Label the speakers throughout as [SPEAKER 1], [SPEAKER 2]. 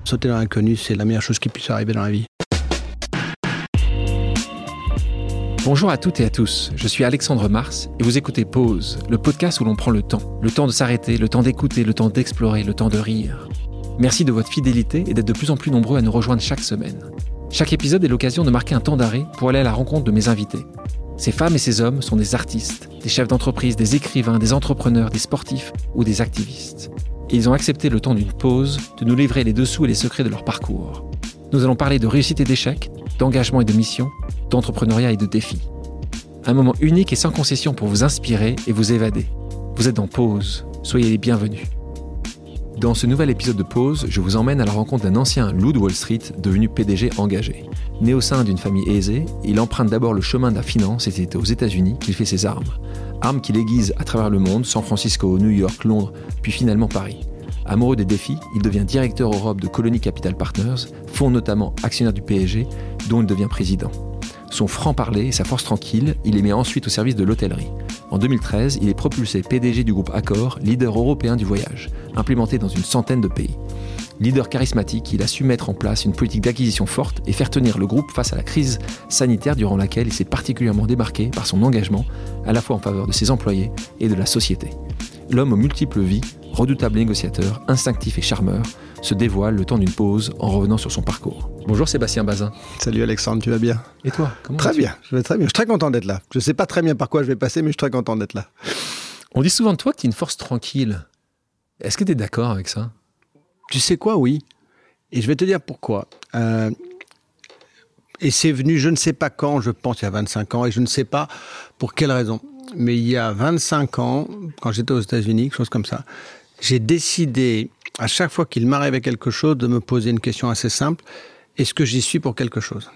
[SPEAKER 1] Sauter dans l'inconnu, c'est la meilleure chose qui puisse arriver dans la vie.
[SPEAKER 2] Bonjour à toutes et à tous, je suis Alexandre Mars et vous écoutez Pause, le podcast où l'on prend le temps. Le temps de s'arrêter, le temps d'écouter, le temps d'explorer, le temps de rire. Merci de votre fidélité et d'être de plus en plus nombreux à nous rejoindre chaque semaine. Chaque épisode est l'occasion de marquer un temps d'arrêt pour aller à la rencontre de mes invités. Ces femmes et ces hommes sont des artistes, des chefs d'entreprise, des écrivains, des entrepreneurs, des sportifs ou des activistes. Et ils ont accepté le temps d'une pause de nous livrer les dessous et les secrets de leur parcours. Nous allons parler de réussite et d'échec, d'engagement et de mission, d'entrepreneuriat et de défis. Un moment unique et sans concession pour vous inspirer et vous évader. Vous êtes dans Pause, soyez les bienvenus. Dans ce nouvel épisode de Pause, je vous emmène à la rencontre d'un ancien loup de Wall Street devenu PDG engagé. Né au sein d'une famille aisée, il emprunte d'abord le chemin de la finance et c'est aux États-Unis qu'il fait ses armes. Armes qu'il aiguise à travers le monde, San Francisco, New York, Londres, puis finalement Paris. Amoureux des défis, il devient directeur Europe de Colony Capital Partners, fonds notamment actionnaire du PSG, dont il devient président. Son franc-parler et sa force tranquille, il les met ensuite au service de l'hôtellerie. En 2013, il est propulsé PDG du groupe Accor, leader européen du voyage, implémenté dans une centaine de pays. Leader charismatique, il a su mettre en place une politique d'acquisition forte et faire tenir le groupe face à la crise sanitaire durant laquelle il s'est particulièrement démarqué par son engagement, à la fois en faveur de ses employés et de la société. L'homme aux multiples vies, redoutable négociateur, instinctif et charmeur, se dévoile le temps d'une pause en revenant sur son parcours. Bonjour Sébastien Bazin.
[SPEAKER 1] Salut Alexandre, tu vas bien?
[SPEAKER 2] Et toi, comment
[SPEAKER 1] Très bien, je vais très bien. Je suis très content d'être là. Je ne sais pas très bien par quoi je vais passer, mais je suis très content d'être là.
[SPEAKER 2] On dit souvent de toi que tu es une force tranquille. Est-ce que tu es d'accord avec ça?
[SPEAKER 1] Tu sais quoi, oui. Et je vais te dire pourquoi. Et c'est venu, je ne sais pas quand, je pense il y a 25 ans, et je ne sais pas pour quelle raison. Mais il y a 25 ans, quand j'étais aux États-Unis, quelque chose comme ça, j'ai décidé, à chaque fois qu'il m'arrivait quelque chose, de me poser une question assez simple. Est-ce que j'y suis pour quelque chose?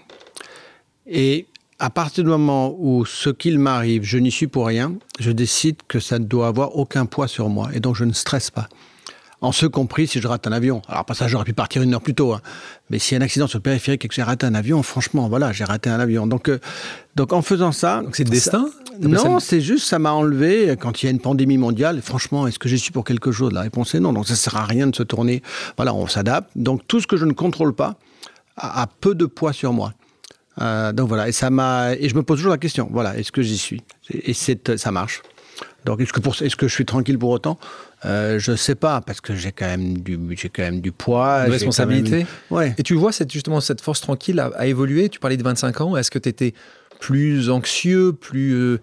[SPEAKER 1] Et à partir du moment où ce qu'il m'arrive, je n'y suis pour rien, je décide que ça ne doit avoir aucun poids sur moi. Et donc, je ne stresse pas. En ce compris, si je rate un avion. Alors, pas ça, j'aurais pu partir 1 heure plus tôt. Hein. Mais s'il y a un accident sur le périphérique et que j'ai raté un avion, franchement, voilà, j'ai raté un avion. Donc en faisant ça...
[SPEAKER 2] Donc c'est le destin?
[SPEAKER 1] Non, c'est juste, ça m'a enlevé. Quand il y a une pandémie mondiale, franchement, est-ce que j'y suis pour quelque chose? La réponse est non. Donc ça ne sert à rien de se tourner. Voilà, on s'adapte. Donc tout ce que je ne contrôle pas a peu de poids sur moi. Donc voilà, et je me pose toujours la question. Voilà, est-ce que j'y suis? Et ça marche. Donc est-ce que je suis tranquille pour autant? Je ne sais pas, parce que j'ai quand même du poids.
[SPEAKER 2] De responsabilité.
[SPEAKER 1] Ouais.
[SPEAKER 2] Et tu vois justement cette force tranquille a évolué. Tu parlais de 25 ans. Est-ce que tu étais plus anxieux, plus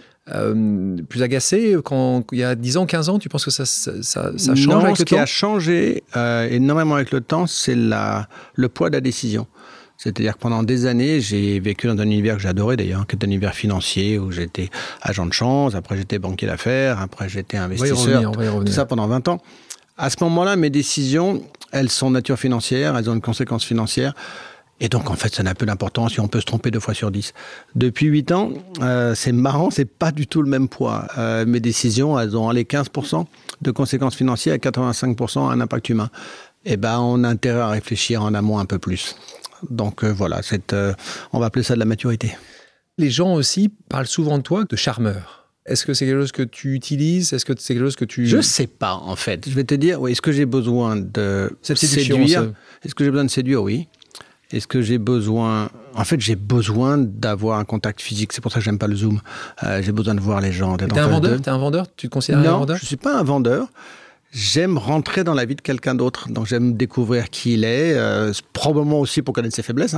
[SPEAKER 2] agacé quand il y a 10 ans, 15 ans? Tu penses que ça change
[SPEAKER 1] non,
[SPEAKER 2] avec le temps?
[SPEAKER 1] Ce qui a changé énormément avec le temps, c'est le poids de la décision. C'est-à-dire que pendant des années, j'ai vécu dans un univers que j'adorais d'ailleurs, qui est un univers financier, où j'étais agent de change, après j'étais banquier d'affaires, après j'étais investisseur,
[SPEAKER 2] on va y revenir.
[SPEAKER 1] Tout ça pendant 20 ans. À ce moment-là, mes décisions, elles sont de nature financière, elles ont une conséquence financière, et donc en fait, ça n'a peu d'importance si on peut se tromper 2 fois sur 10. Depuis 8 ans, c'est marrant, c'est pas du tout le même poids. Mes décisions, elles ont les 15% de conséquences financières et 85% un impact humain. Eh ben, on a intérêt à réfléchir en amont un peu plus. Donc voilà, on va appeler ça de la maturité.
[SPEAKER 2] Les gens aussi parlent souvent de toi de charmeur. Est-ce que c'est quelque chose que tu utilises? Est-ce que c'est quelque chose que tu...
[SPEAKER 1] Je ne sais pas, en fait. Je vais te dire, oui, est-ce que j'ai besoin de séduire? Est-ce que j'ai besoin de séduire? Oui. Est-ce que j'ai besoin... En fait, j'ai besoin d'avoir un contact physique. C'est pour ça que j'aime pas le Zoom. J'ai besoin de voir les gens.
[SPEAKER 2] T'es un vendeur? T'es un vendeur? Tu te considères un vendeur?
[SPEAKER 1] Non, je ne suis pas un vendeur. J'aime rentrer dans la vie de quelqu'un d'autre, donc j'aime découvrir qui il est, probablement aussi pour connaître ses faiblesses.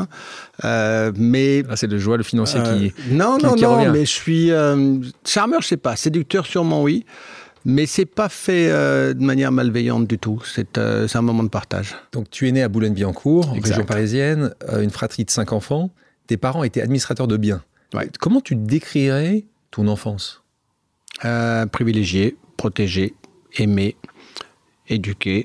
[SPEAKER 1] Mais
[SPEAKER 2] c'est le joie, le financier qui
[SPEAKER 1] non,
[SPEAKER 2] revient.
[SPEAKER 1] Mais je suis charmeur, je sais pas, séducteur sûrement oui, mais c'est pas fait de manière malveillante du tout. C'est un moment de partage.
[SPEAKER 2] Donc tu es né à Boulogne-Billancourt, en
[SPEAKER 1] Exact.
[SPEAKER 2] région parisienne, une fratrie de 5 enfants. Tes parents étaient administrateurs de biens.
[SPEAKER 1] Ouais.
[SPEAKER 2] Comment tu décrirais ton enfance?
[SPEAKER 1] Privilégié, protégé, aimé, éduqué,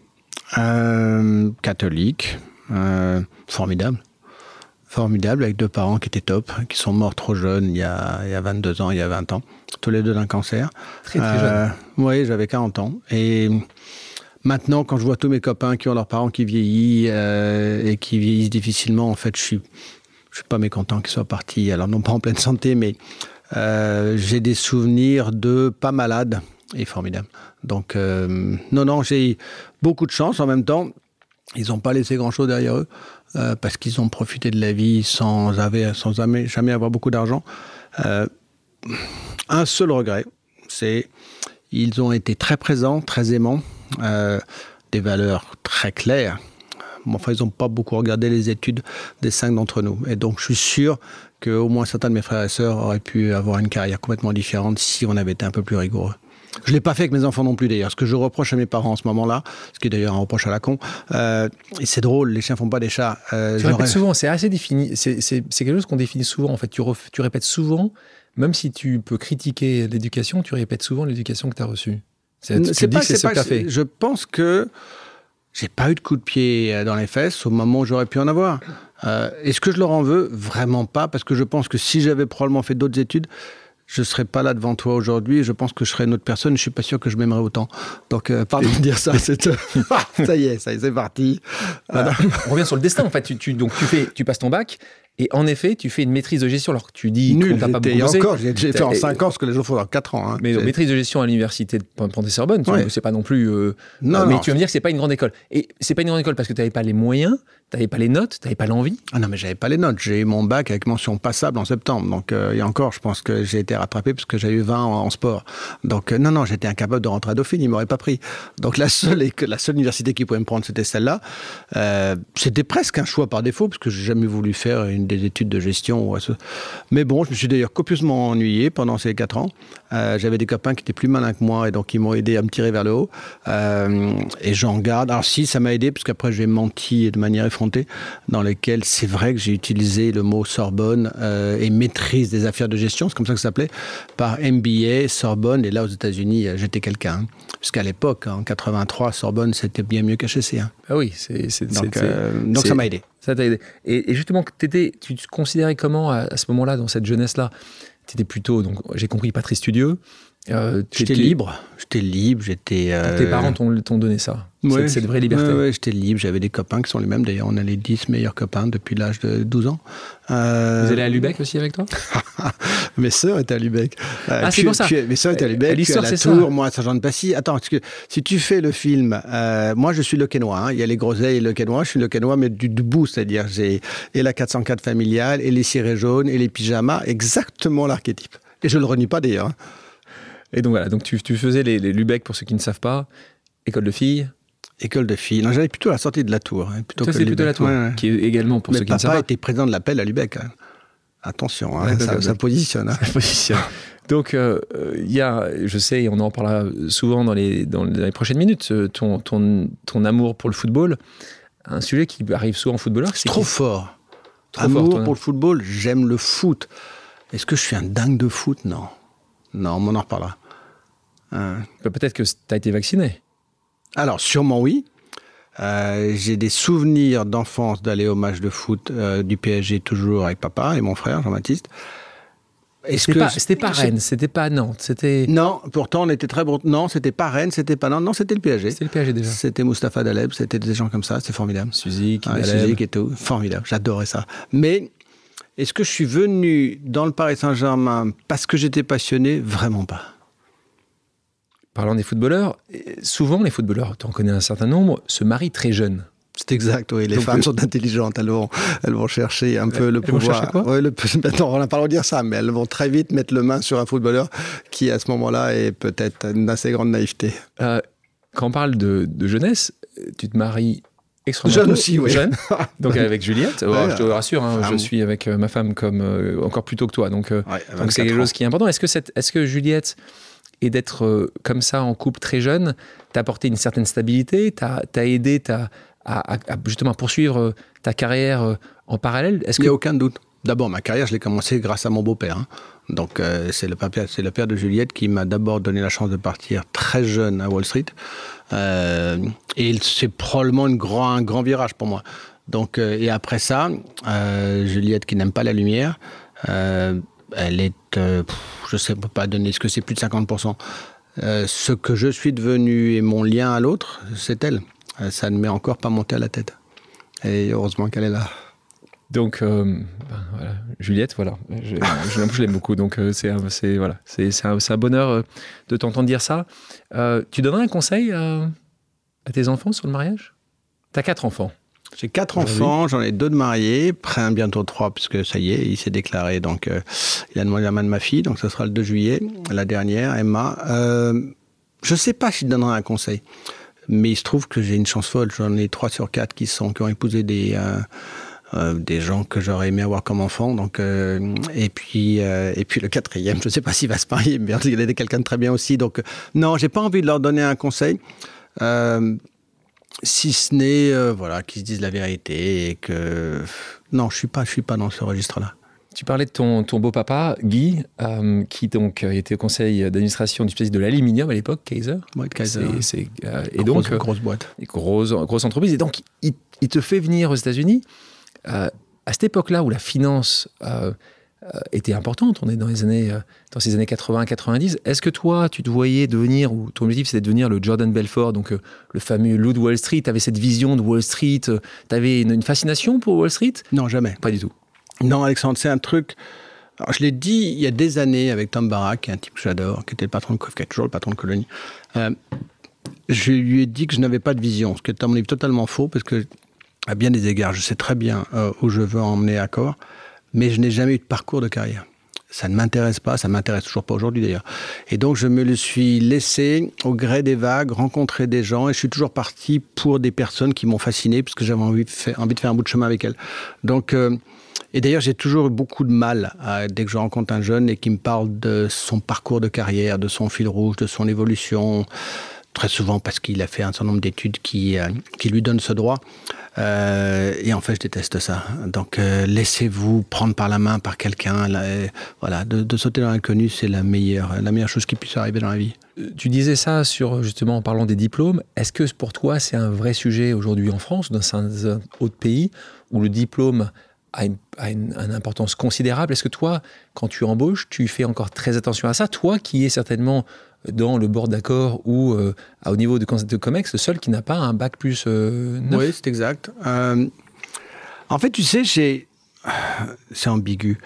[SPEAKER 1] catholique, formidable, avec 2 parents qui étaient top, qui sont morts trop jeunes, il y a 22 ans, il y a 20 ans, tous les 2 d'un cancer.
[SPEAKER 2] Très jeune.
[SPEAKER 1] Oui, j'avais 40 ans. Et maintenant, quand je vois tous mes copains qui ont leurs parents qui vieillissent et qui vieillissent difficilement, en fait, je suis pas mécontent qu'ils soient partis. Alors, non pas en pleine santé, mais j'ai des souvenirs de pas malades et formidables. Donc, non, j'ai beaucoup de chance. En même temps, Ils n'ont pas laissé grand-chose derrière eux parce qu'ils ont profité de la vie sans jamais avoir beaucoup d'argent. Un seul regret, c'est ils ont été très présents, très aimants, des valeurs très claires. Enfin, ils n'ont pas beaucoup regardé les études des 5 d'entre nous. Et donc, je suis sûr qu'au moins certains de mes frères et sœurs auraient pu avoir une carrière complètement différente si on avait été un peu plus rigoureux. Je ne l'ai pas fait avec mes enfants non plus d'ailleurs. Ce que je reproche à mes parents en ce moment-là, ce qui est d'ailleurs un reproche à la con, et c'est drôle, les chiens ne font pas des chats.
[SPEAKER 2] Tu répètes souvent, c'est assez défini, c'est quelque chose qu'on définit souvent. En fait, tu répètes souvent, même si tu peux critiquer l'éducation, tu répètes souvent l'éducation que tu as reçue. Je pense que j'ai pas eu de coup de pied dans les fesses au moment où j'aurais pu en avoir. Est-ce que je leur en veux ? Vraiment pas, parce que je pense que si j'avais probablement fait d'autres études, je ne serais pas là devant toi aujourd'hui. Je pense que je serais une autre personne. Je ne suis pas sûr que je m'aimerais autant. Donc, pardon de dire ça. Ça y est, c'est parti. On revient sur le destin. En fait, tu passes ton bac. Et en effet, tu fais une maîtrise de gestion. Alors, tu dis
[SPEAKER 1] qu'on
[SPEAKER 2] t'a pas beaucoup bossé.
[SPEAKER 1] Encore, j'ai fait en 5 ans ce que les autres font en 4 ans. Hein.
[SPEAKER 2] Mais maîtrise de gestion à l'université de Panthéon-Sorbonne, c'est pas non plus...
[SPEAKER 1] Non,
[SPEAKER 2] mais tu vas me dire que c'est pas une grande école. Et c'est pas une grande école parce que tu n'avais pas les moyens, tu n'avais pas les notes, tu n'avais pas l'envie.
[SPEAKER 1] Ah non, mais j'avais pas les notes. J'ai eu mon bac avec mention passable en septembre. Donc, et encore, je pense que j'ai été rattrapé parce que j'ai eu 20 en sport. Donc, non, j'étais incapable de rentrer à Dauphine. Ils m'auraient pas pris. Donc, la seule université qui pouvait me prendre, c'était celle-là. C'était presque un choix par défaut parce que j'ai jamais voulu faire des études de gestion. Mais bon, je me suis d'ailleurs copieusement ennuyé pendant ces 4 ans. J'avais des copains qui étaient plus malins que moi et donc ils m'ont aidé à me tirer vers le haut. Et j'en garde. Alors si, ça m'a aidé parce qu'après j'ai menti de manière effrontée dans lesquelles c'est vrai que j'ai utilisé le mot Sorbonne et maîtrise des affaires de gestion, c'est comme ça que ça s'appelait, par MBA, Sorbonne. Et là aux États-Unis, j'étais quelqu'un. Hein. Puisqu'à l'époque, en 83, Sorbonne, c'était bien mieux qu'HEC. Hein.
[SPEAKER 2] Ah oui,
[SPEAKER 1] donc ça m'a aidé.
[SPEAKER 2] Ça t'a aidé. Et justement, tu te considérais comment à ce moment-là, dans cette jeunesse-là ? Tu étais plutôt, donc j'ai compris, pas très studieux.
[SPEAKER 1] J'étais libre. Tes
[SPEAKER 2] parents t'ont donné ça, cette vraie liberté.
[SPEAKER 1] Oui, j'étais libre. J'avais des copains qui sont les mêmes. D'ailleurs, on a les 10 meilleurs copains depuis l'âge de 12 ans.
[SPEAKER 2] Vous allez à Lübeck aussi avec toi ?
[SPEAKER 1] Mes sœurs étaient à Lübeck.
[SPEAKER 2] C'est pour ça.
[SPEAKER 1] Mes sœurs étaient à Lübeck, puis à la Tour, moi à Saint-Jean-de-Passy. Attends, parce que si tu fais le film, moi je suis Lequesnois. Hein. Il y a les Groseilles et le Lequesnois. Je suis Lequesnois, mais du debout, c'est-à-dire j'ai et la 404 familiale, et les cirés jaunes, et les pyjamas, exactement l'archétype. Et je le renie pas d'ailleurs. Hein.
[SPEAKER 2] Et donc voilà, donc tu faisais les Lübeck, pour ceux qui ne savent pas, école de filles.
[SPEAKER 1] École de filles. Non, j'allais plutôt à la sortie de la Tour. Hein,
[SPEAKER 2] Toi, c'est plutôt la Tour, qui est également, pour ceux qui ne savent pas.
[SPEAKER 1] Papa était président de l'appel à Lübeck. Hein. Attention, hein, ça positionne. Hein.
[SPEAKER 2] Ça positionne. Donc, il y a, je sais, et on en parlera souvent dans les prochaines minutes, ton amour pour le football, un sujet qui arrive souvent en footballeur.
[SPEAKER 1] C'est trop fort. Amour pour le football, j'aime le foot. Est-ce que je suis un dingue de foot ? Non. Non, on en reparlera.
[SPEAKER 2] Peut-être que tu as été vacciné. Alors,
[SPEAKER 1] sûrement oui. J'ai des souvenirs d'enfance d'aller au match de foot du PSG toujours avec papa et mon frère Jean-Baptiste.
[SPEAKER 2] C'était pas Rennes, c'était pas Nantes, c'était...
[SPEAKER 1] Non, pourtant on était très bon. Non, c'était pas Rennes, c'était pas Nantes, non, c'était le PSG.
[SPEAKER 2] C'était le PSG déjà.
[SPEAKER 1] C'était Mustapha Daleb, c'était des gens comme ça, c'était formidable.
[SPEAKER 2] Suzik
[SPEAKER 1] et tout, formidable, j'adorais ça. Mais est-ce que je suis venu dans le Paris Saint-Germain parce que j'étais passionné ? Vraiment pas.
[SPEAKER 2] Parlant des footballeurs, souvent les footballeurs, tu en connais un certain nombre, se marient très jeunes.
[SPEAKER 1] C'est exact, oui. Les femmes sont intelligentes. Elles vont chercher un peu le pouvoir.
[SPEAKER 2] Elles vont chercher quoi ?
[SPEAKER 1] Maintenant, on n'a pas le droit de dire ça, mais elles vont très vite mettre le main sur un footballeur qui, à ce moment-là, est peut-être d'une assez grande naïveté.
[SPEAKER 2] Quand on parle de jeunesse, tu te maries extrêmement
[SPEAKER 1] jeune aussi, oui.
[SPEAKER 2] Jeune. Donc avec Juliette. Je te rassure, hein, je suis avec ma femme comme encore plus tôt que toi. Donc c'est quelque chose qui est important. Est-ce que Juliette, et d'être comme ça en couple très jeune, t'a apporté une certaine stabilité, t'a aidé à justement poursuivre ta carrière en parallèle?
[SPEAKER 1] Il n'y a aucun doute. D'abord, ma carrière, je l'ai commencée grâce à mon beau-père. Hein. Donc, c'est le père de Juliette qui m'a d'abord donné la chance de partir très jeune à Wall Street. Et c'est probablement un grand virage pour moi. Donc, et après ça, Juliette qui n'aime pas la lumière, elle est, je ne sais pas donner ce que c'est, plus de 50%. Ce que je suis devenu et mon lien à l'autre, c'est elle. Ça ne m'est encore pas monté à la tête. Et heureusement qu'elle est là.
[SPEAKER 2] Donc, voilà. Juliette, voilà. Je l'aime beaucoup. Donc, c'est un bonheur de t'entendre dire ça. Tu donnerais un conseil à tes enfants sur le mariage ? Tu as 4 enfants.
[SPEAKER 1] J'ai 4 enfants, j'en ai 2 de mariés, bientôt 3, puisque ça y est, il s'est déclaré. Donc, il a demandé la main de ma fille, donc ce sera le 2 juillet, la dernière, Emma. Je ne sais pas si je donnerai un conseil, mais il se trouve que j'ai une chance folle. J'en ai 3 sur 4 qui ont épousé des gens que j'aurais aimé avoir comme enfants. Donc, et puis le 4e, je ne sais pas s'il va se marier, mais il est quelqu'un de très bien aussi. Donc, non, je n'ai pas envie de leur donner un conseil. Si ce n'est qu'ils se disent la vérité et que... Non, je suis pas dans ce registre-là.
[SPEAKER 2] Tu parlais de ton beau-papa, Guy, qui donc était au conseil d'administration du spécialiste de l'aluminium à l'époque, Kaiser.
[SPEAKER 1] Ouais, Kaiser.
[SPEAKER 2] Et donc,
[SPEAKER 1] grosse boîte.
[SPEAKER 2] Grosse entreprise. Et donc, il te fait venir aux États-Unis. À cette époque-là où la finance était importante, on est dans ces années 80-90, est-ce que toi, tu te voyais devenir, ou ton objectif c'était de devenir le Jordan Belfort, donc le fameux loup de Wall Street, tu avais cette vision de Wall Street, tu avais une fascination pour Wall Street?
[SPEAKER 1] Non, jamais.
[SPEAKER 2] Pas du tout.
[SPEAKER 1] Non, Alexandre, c'est un truc... Alors, je l'ai dit il y a des années avec Tom Barak, qui est un type que j'adore, qui était le patron de qui est toujours le patron de Colonie. Je lui ai dit que je n'avais pas de vision, ce qui est à mon avis totalement faux, parce que, à bien des égards, je sais très bien où je veux emmener Accor, mais je n'ai jamais eu de parcours de carrière. Ça ne m'intéresse pas, ça ne m'intéresse toujours pas aujourd'hui d'ailleurs. Et donc je me le suis laissé au gré des vagues, rencontrer des gens, et je suis toujours parti pour des personnes qui m'ont fasciné, parce que j'avais envie de faire un bout de chemin avec elles. Donc, et d'ailleurs j'ai toujours eu beaucoup de mal dès que je rencontre un jeune et qui me parle de son parcours de carrière, de son fil rouge, de son évolution, très souvent parce qu'il a fait un certain nombre d'études qui lui donnent ce droit. Et en fait, je déteste ça. Donc, laissez-vous prendre par la main par quelqu'un. De sauter dans l'inconnu, c'est la meilleure chose qui puisse arriver dans la vie.
[SPEAKER 2] Tu disais ça justement en parlant des diplômes. Est-ce que pour toi, c'est un vrai sujet aujourd'hui en France, dans un autre pays, où le diplôme a une importance considérable? Est-ce que toi, quand tu embauches, tu fais encore très attention à ça? Toi, qui es certainement dans le board d'Accor ou au niveau de Comex, le seul qui n'a pas un bac plus 9.
[SPEAKER 1] Oui, c'est exact. En fait, tu sais, c'est ambigu.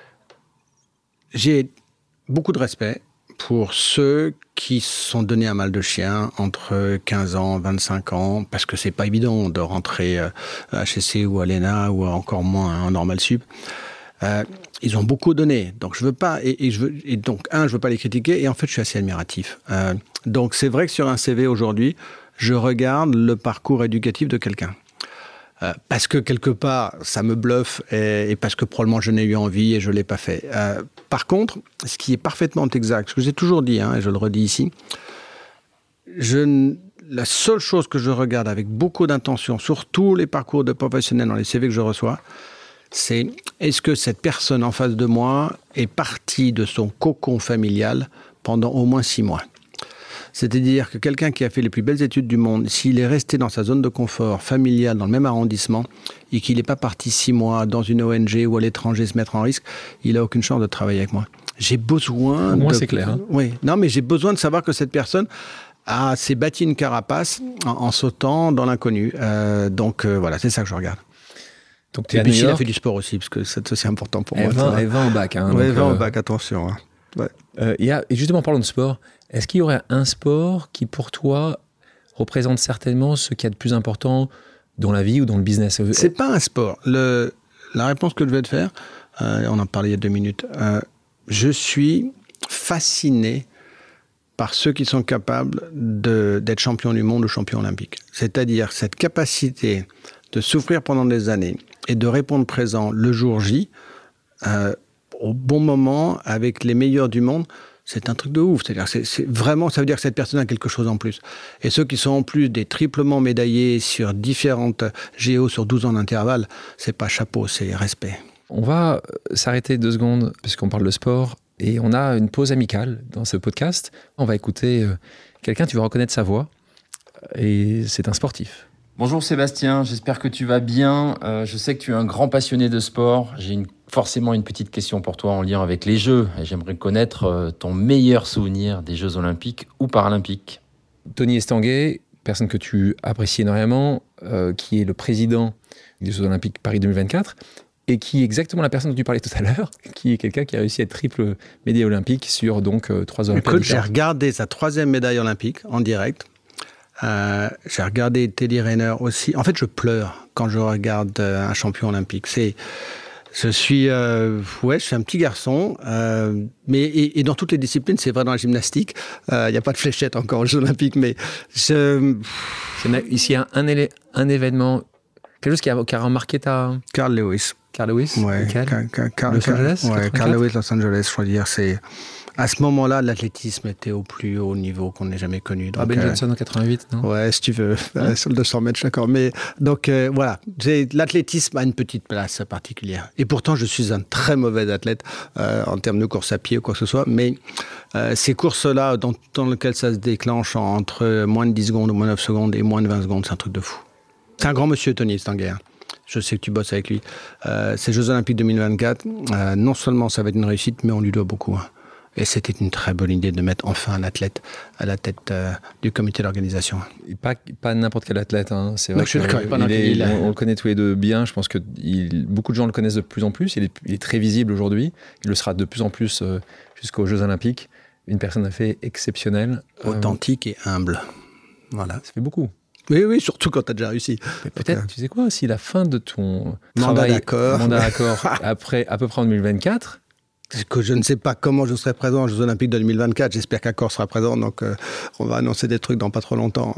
[SPEAKER 1] J'ai beaucoup de respect pour ceux qui se sont donnés un mal de chien entre 15 ans, 25 ans, parce que c'est pas évident de rentrer à HEC ou à l'ENA ou encore moins en Normal Sup. Ils ont beaucoup donné, donc je veux pas, je veux pas les critiquer, et en fait je suis assez admiratif. Donc c'est vrai que sur un CV aujourd'hui, je regarde le parcours éducatif de quelqu'un. Parce que quelque part, ça me bluffe, et parce que probablement je n'ai eu envie et je ne l'ai pas fait. Par contre, ce qui est parfaitement exact, ce que j'ai toujours dit, et je le redis ici, la seule chose que je regarde avec beaucoup d'intention sur tous les parcours de professionnels dans les CV que je reçois, c'est est-ce que cette personne en face de moi est partie de son cocon familial pendant au moins 6 mois. C'est-à-dire que quelqu'un qui a fait les plus belles études du monde, s'il est resté dans sa zone de confort familiale, dans le même arrondissement, et qu'il n'est pas parti 6 mois dans une ONG ou à l'étranger se mettre en risque, il n'a aucune chance de travailler avec moi. J'ai besoin
[SPEAKER 2] Moi, c'est clair. Hein.
[SPEAKER 1] Oui. Non, mais j'ai besoin de savoir que cette personne s'est bâti une carapace en sautant dans l'inconnu. Donc voilà, c'est ça que je regarde.
[SPEAKER 2] Donc,
[SPEAKER 1] et puis il a fait du sport aussi, parce que c'est aussi important pour moi.
[SPEAKER 2] Et 20 au bac. Hein,
[SPEAKER 1] ouais, 20 au bac, attention. Hein. Ouais.
[SPEAKER 2] Et justement, parlons de sport. Est-ce qu'il y aurait un sport qui, pour toi, représente certainement ce qu'il y a de plus important dans la vie ou dans le business?
[SPEAKER 1] C'est pas un sport. La réponse que je vais te faire, on en parlait il y a 2 minutes, je suis fasciné par ceux qui sont capables d'être champions du monde ou champions olympiques. C'est-à-dire cette capacité de souffrir pendant des années et de répondre présent le jour J, au bon moment, avec les meilleurs du monde, c'est un truc de ouf. C'est-à-dire, c'est vraiment, ça veut dire que cette personne a quelque chose en plus. Et ceux qui sont en plus des triplement médaillés sur différentes JO sur 12 ans d'intervalle, c'est pas chapeau, c'est respect.
[SPEAKER 2] On va s'arrêter 2 secondes, puisqu'on parle de sport, et on a une pause amicale dans ce podcast. On va écouter quelqu'un, tu vas reconnaître sa voix, et c'est un sportif.
[SPEAKER 3] Bonjour Sébastien, j'espère que tu vas bien. Je sais que tu es un grand passionné de sport. J'ai forcément une petite question pour toi en lien avec les Jeux. Et j'aimerais connaître ton meilleur souvenir des Jeux Olympiques ou Paralympiques.
[SPEAKER 2] Tony Estanguet, personne que tu apprécies énormément, qui est le président des Jeux Olympiques Paris 2024, et qui est exactement la personne dont tu parlais tout à l'heure, qui est quelqu'un qui a réussi à être triple médaille olympique sur donc 3 Olympiades.
[SPEAKER 1] Écoute, j'ai regardé sa 3e médaille olympique en direct. J'ai regardé Teddy Riner aussi. En fait, je pleure quand je regarde un champion olympique. Je suis un petit garçon, mais dans toutes les disciplines, c'est vrai dans la gymnastique. Il n'y a pas de fléchette encore aux Jeux Olympiques, mais
[SPEAKER 2] ici un événement, quelque chose qui a remarqué ta...
[SPEAKER 1] Carl Lewis.
[SPEAKER 2] Carl Lewis.
[SPEAKER 1] Ouais.
[SPEAKER 2] Los Angeles.
[SPEAKER 1] Ouais, Carl Lewis, Los Angeles. Je veux dire, c'est à ce moment-là, l'athlétisme était au plus haut niveau qu'on n'ait jamais connu. Donc,
[SPEAKER 2] Ben Johnson en 88, non?
[SPEAKER 1] Ouais, si tu veux, sur le 200 mètres chacun. Mais donc voilà, l'athlétisme a une petite place particulière. Et pourtant, je suis un très mauvais athlète en termes de course à pied ou quoi que ce soit. Mais ces courses-là, dans lesquelles ça se déclenche entre moins de 10 secondes ou moins de 9 secondes et moins de 20 secondes, c'est un truc de fou. C'est un grand monsieur, Tony Stanguer. Je sais que tu bosses avec lui. Ces Jeux Olympiques 2024, non seulement ça va être une réussite, mais on lui doit beaucoup. Et c'était une très bonne idée de mettre enfin un athlète à la tête du comité d'organisation.
[SPEAKER 2] Et pas n'importe quel athlète. Hein. C'est vrai
[SPEAKER 1] non, je suis d'accord.
[SPEAKER 2] On le connaît tous les deux bien. Je pense que beaucoup de gens le connaissent de plus en plus. Il est très visible aujourd'hui. Il le sera de plus en plus jusqu'aux Jeux Olympiques. Une personnalité fait exceptionnelle.
[SPEAKER 1] Authentique et humble. Voilà.
[SPEAKER 2] Ça fait beaucoup.
[SPEAKER 1] Oui, surtout quand tu as déjà réussi.
[SPEAKER 2] Mais peut-être, tu sais quoi, si la fin de ton
[SPEAKER 1] mandat d'accord
[SPEAKER 2] après, à peu près en 2024...
[SPEAKER 1] Que je ne sais pas comment je serai présent aux Jeux Olympiques de 2024. J'espère qu'Accor sera présent, donc on va annoncer des trucs dans pas trop longtemps.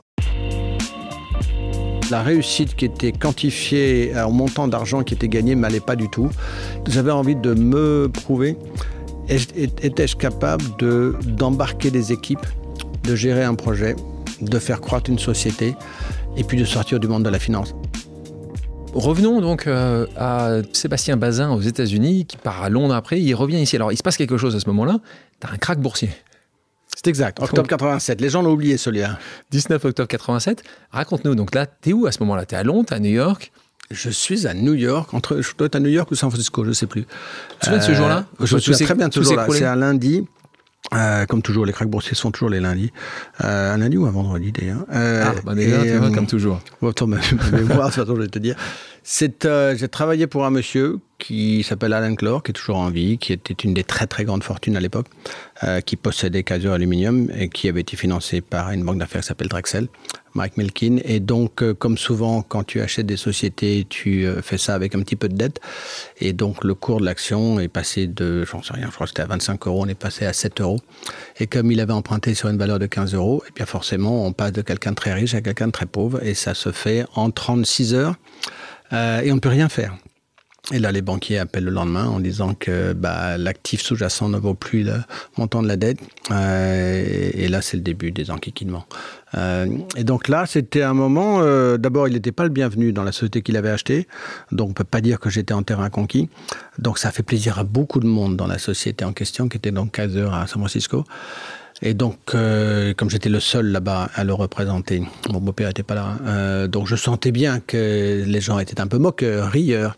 [SPEAKER 1] La réussite qui était quantifiée au montant d'argent qui était gagné ne m'allait pas du tout. J'avais envie de me prouver, étais-je capable d'embarquer des équipes, de gérer un projet, de faire croître une société et puis de sortir du monde de la finance.
[SPEAKER 2] Revenons donc à Sébastien Bazin aux États-Unis, qui part à Londres après, il revient ici. Alors, il se passe quelque chose à ce moment-là. Tu as un krach boursier.
[SPEAKER 1] C'est exact, octobre 87. Les gens l'ont oublié, celui-là.
[SPEAKER 2] 19 octobre 87. Raconte-nous, donc là, t'es où à ce moment-là? T'es à Londres, t'es à New York?
[SPEAKER 1] Je suis à New York, je dois être à New York ou San Francisco, je ne sais plus.
[SPEAKER 2] Tu te souviens de ce jour-là?
[SPEAKER 1] Je me souviens très bien de ce jour-là. C'est un lundi. Comme toujours, les krachs boursiers sont toujours les lundis. Un lundi ou un vendredi d'ailleurs.
[SPEAKER 2] Comme toujours.
[SPEAKER 1] Ma mémoire, de toute façon, je vais te dire. J'ai travaillé pour un monsieur qui s'appelle Alan Clore, qui est toujours en vie, qui était une des très très grandes fortunes à l'époque, qui possédait Kaiser Aluminium et qui avait été financé par une banque d'affaires qui s'appelle Drexel, Mike Milkin. Et donc, comme souvent, quand tu achètes des sociétés, tu fais ça avec un petit peu de dette. Et donc, le cours de l'action est passé de, j'en sais rien, je crois que c'était à 25 €, on est passé à 7 €. Et comme il avait emprunté sur une valeur de 15 €, et bien forcément, on passe de quelqu'un de très riche à quelqu'un de très pauvre. Et ça se fait en 36 heures. Et on ne peut rien faire. Et là, les banquiers appellent le lendemain en disant que l'actif sous-jacent ne vaut plus le montant de la dette. Et là, c'est le début des enquiquinements. Et donc là, c'était un moment... d'abord, il n'était pas le bienvenu dans la société qu'il avait achetée. Donc, on ne peut pas dire que j'étais en terrain conquis. Donc, ça a fait plaisir à beaucoup de monde dans la société en question, qui était donc Kaiser à San Francisco. Et donc, comme j'étais le seul là-bas à le représenter, mon beau-père n'était pas là, donc je sentais bien que les gens étaient un peu moqueurs, rieurs.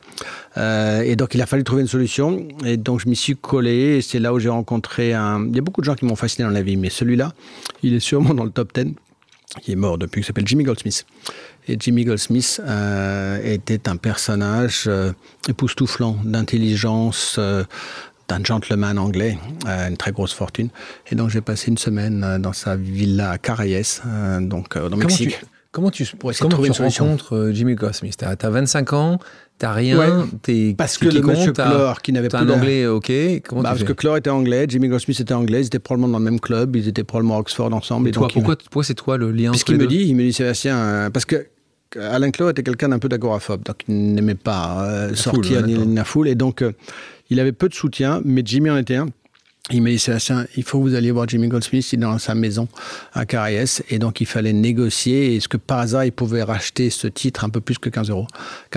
[SPEAKER 1] Et donc, il a fallu trouver une solution. Et donc, je m'y suis collé. Et c'est là où j'ai rencontré Il y a beaucoup de gens qui m'ont fasciné dans la vie, mais celui-là, il est sûrement dans le top 10. Il est mort depuis, qui s'appelle Jimmy Goldsmith. Et Jimmy Goldsmith était un personnage époustouflant d'intelligence, d'un gentleman anglais, une très grosse fortune. Et donc, j'ai passé une semaine dans sa villa à Carayes, au Mexique.
[SPEAKER 2] Comment tu rencontres Jimmy Goldsmith? T'as 25 ans, t'as rien,
[SPEAKER 1] parce que le monsieur Clore, qui n'avait plus
[SPEAKER 2] un anglais, ok.
[SPEAKER 1] Parce que Clore était anglais, Jimmy Goldsmith était anglais, ils étaient probablement dans le même club, ils étaient probablement à Oxford ensemble.
[SPEAKER 2] Et toi, pourquoi c'est toi le lien entre les deux?
[SPEAKER 1] Il me dit Sébastien, parce que Alan Clore était quelqu'un d'un peu d'agoraphobe, donc il n'aimait pas sortir ni la foule, et donc il avait peu de soutien, mais Jimmy en était un. Il m'a dit, Sébastien, il faut que vous alliez voir Jimmy Goldsmith, il est dans sa maison à Carayes, et donc il fallait négocier. Est-ce que par hasard, il pouvait racheter ce titre un peu plus que 15 $,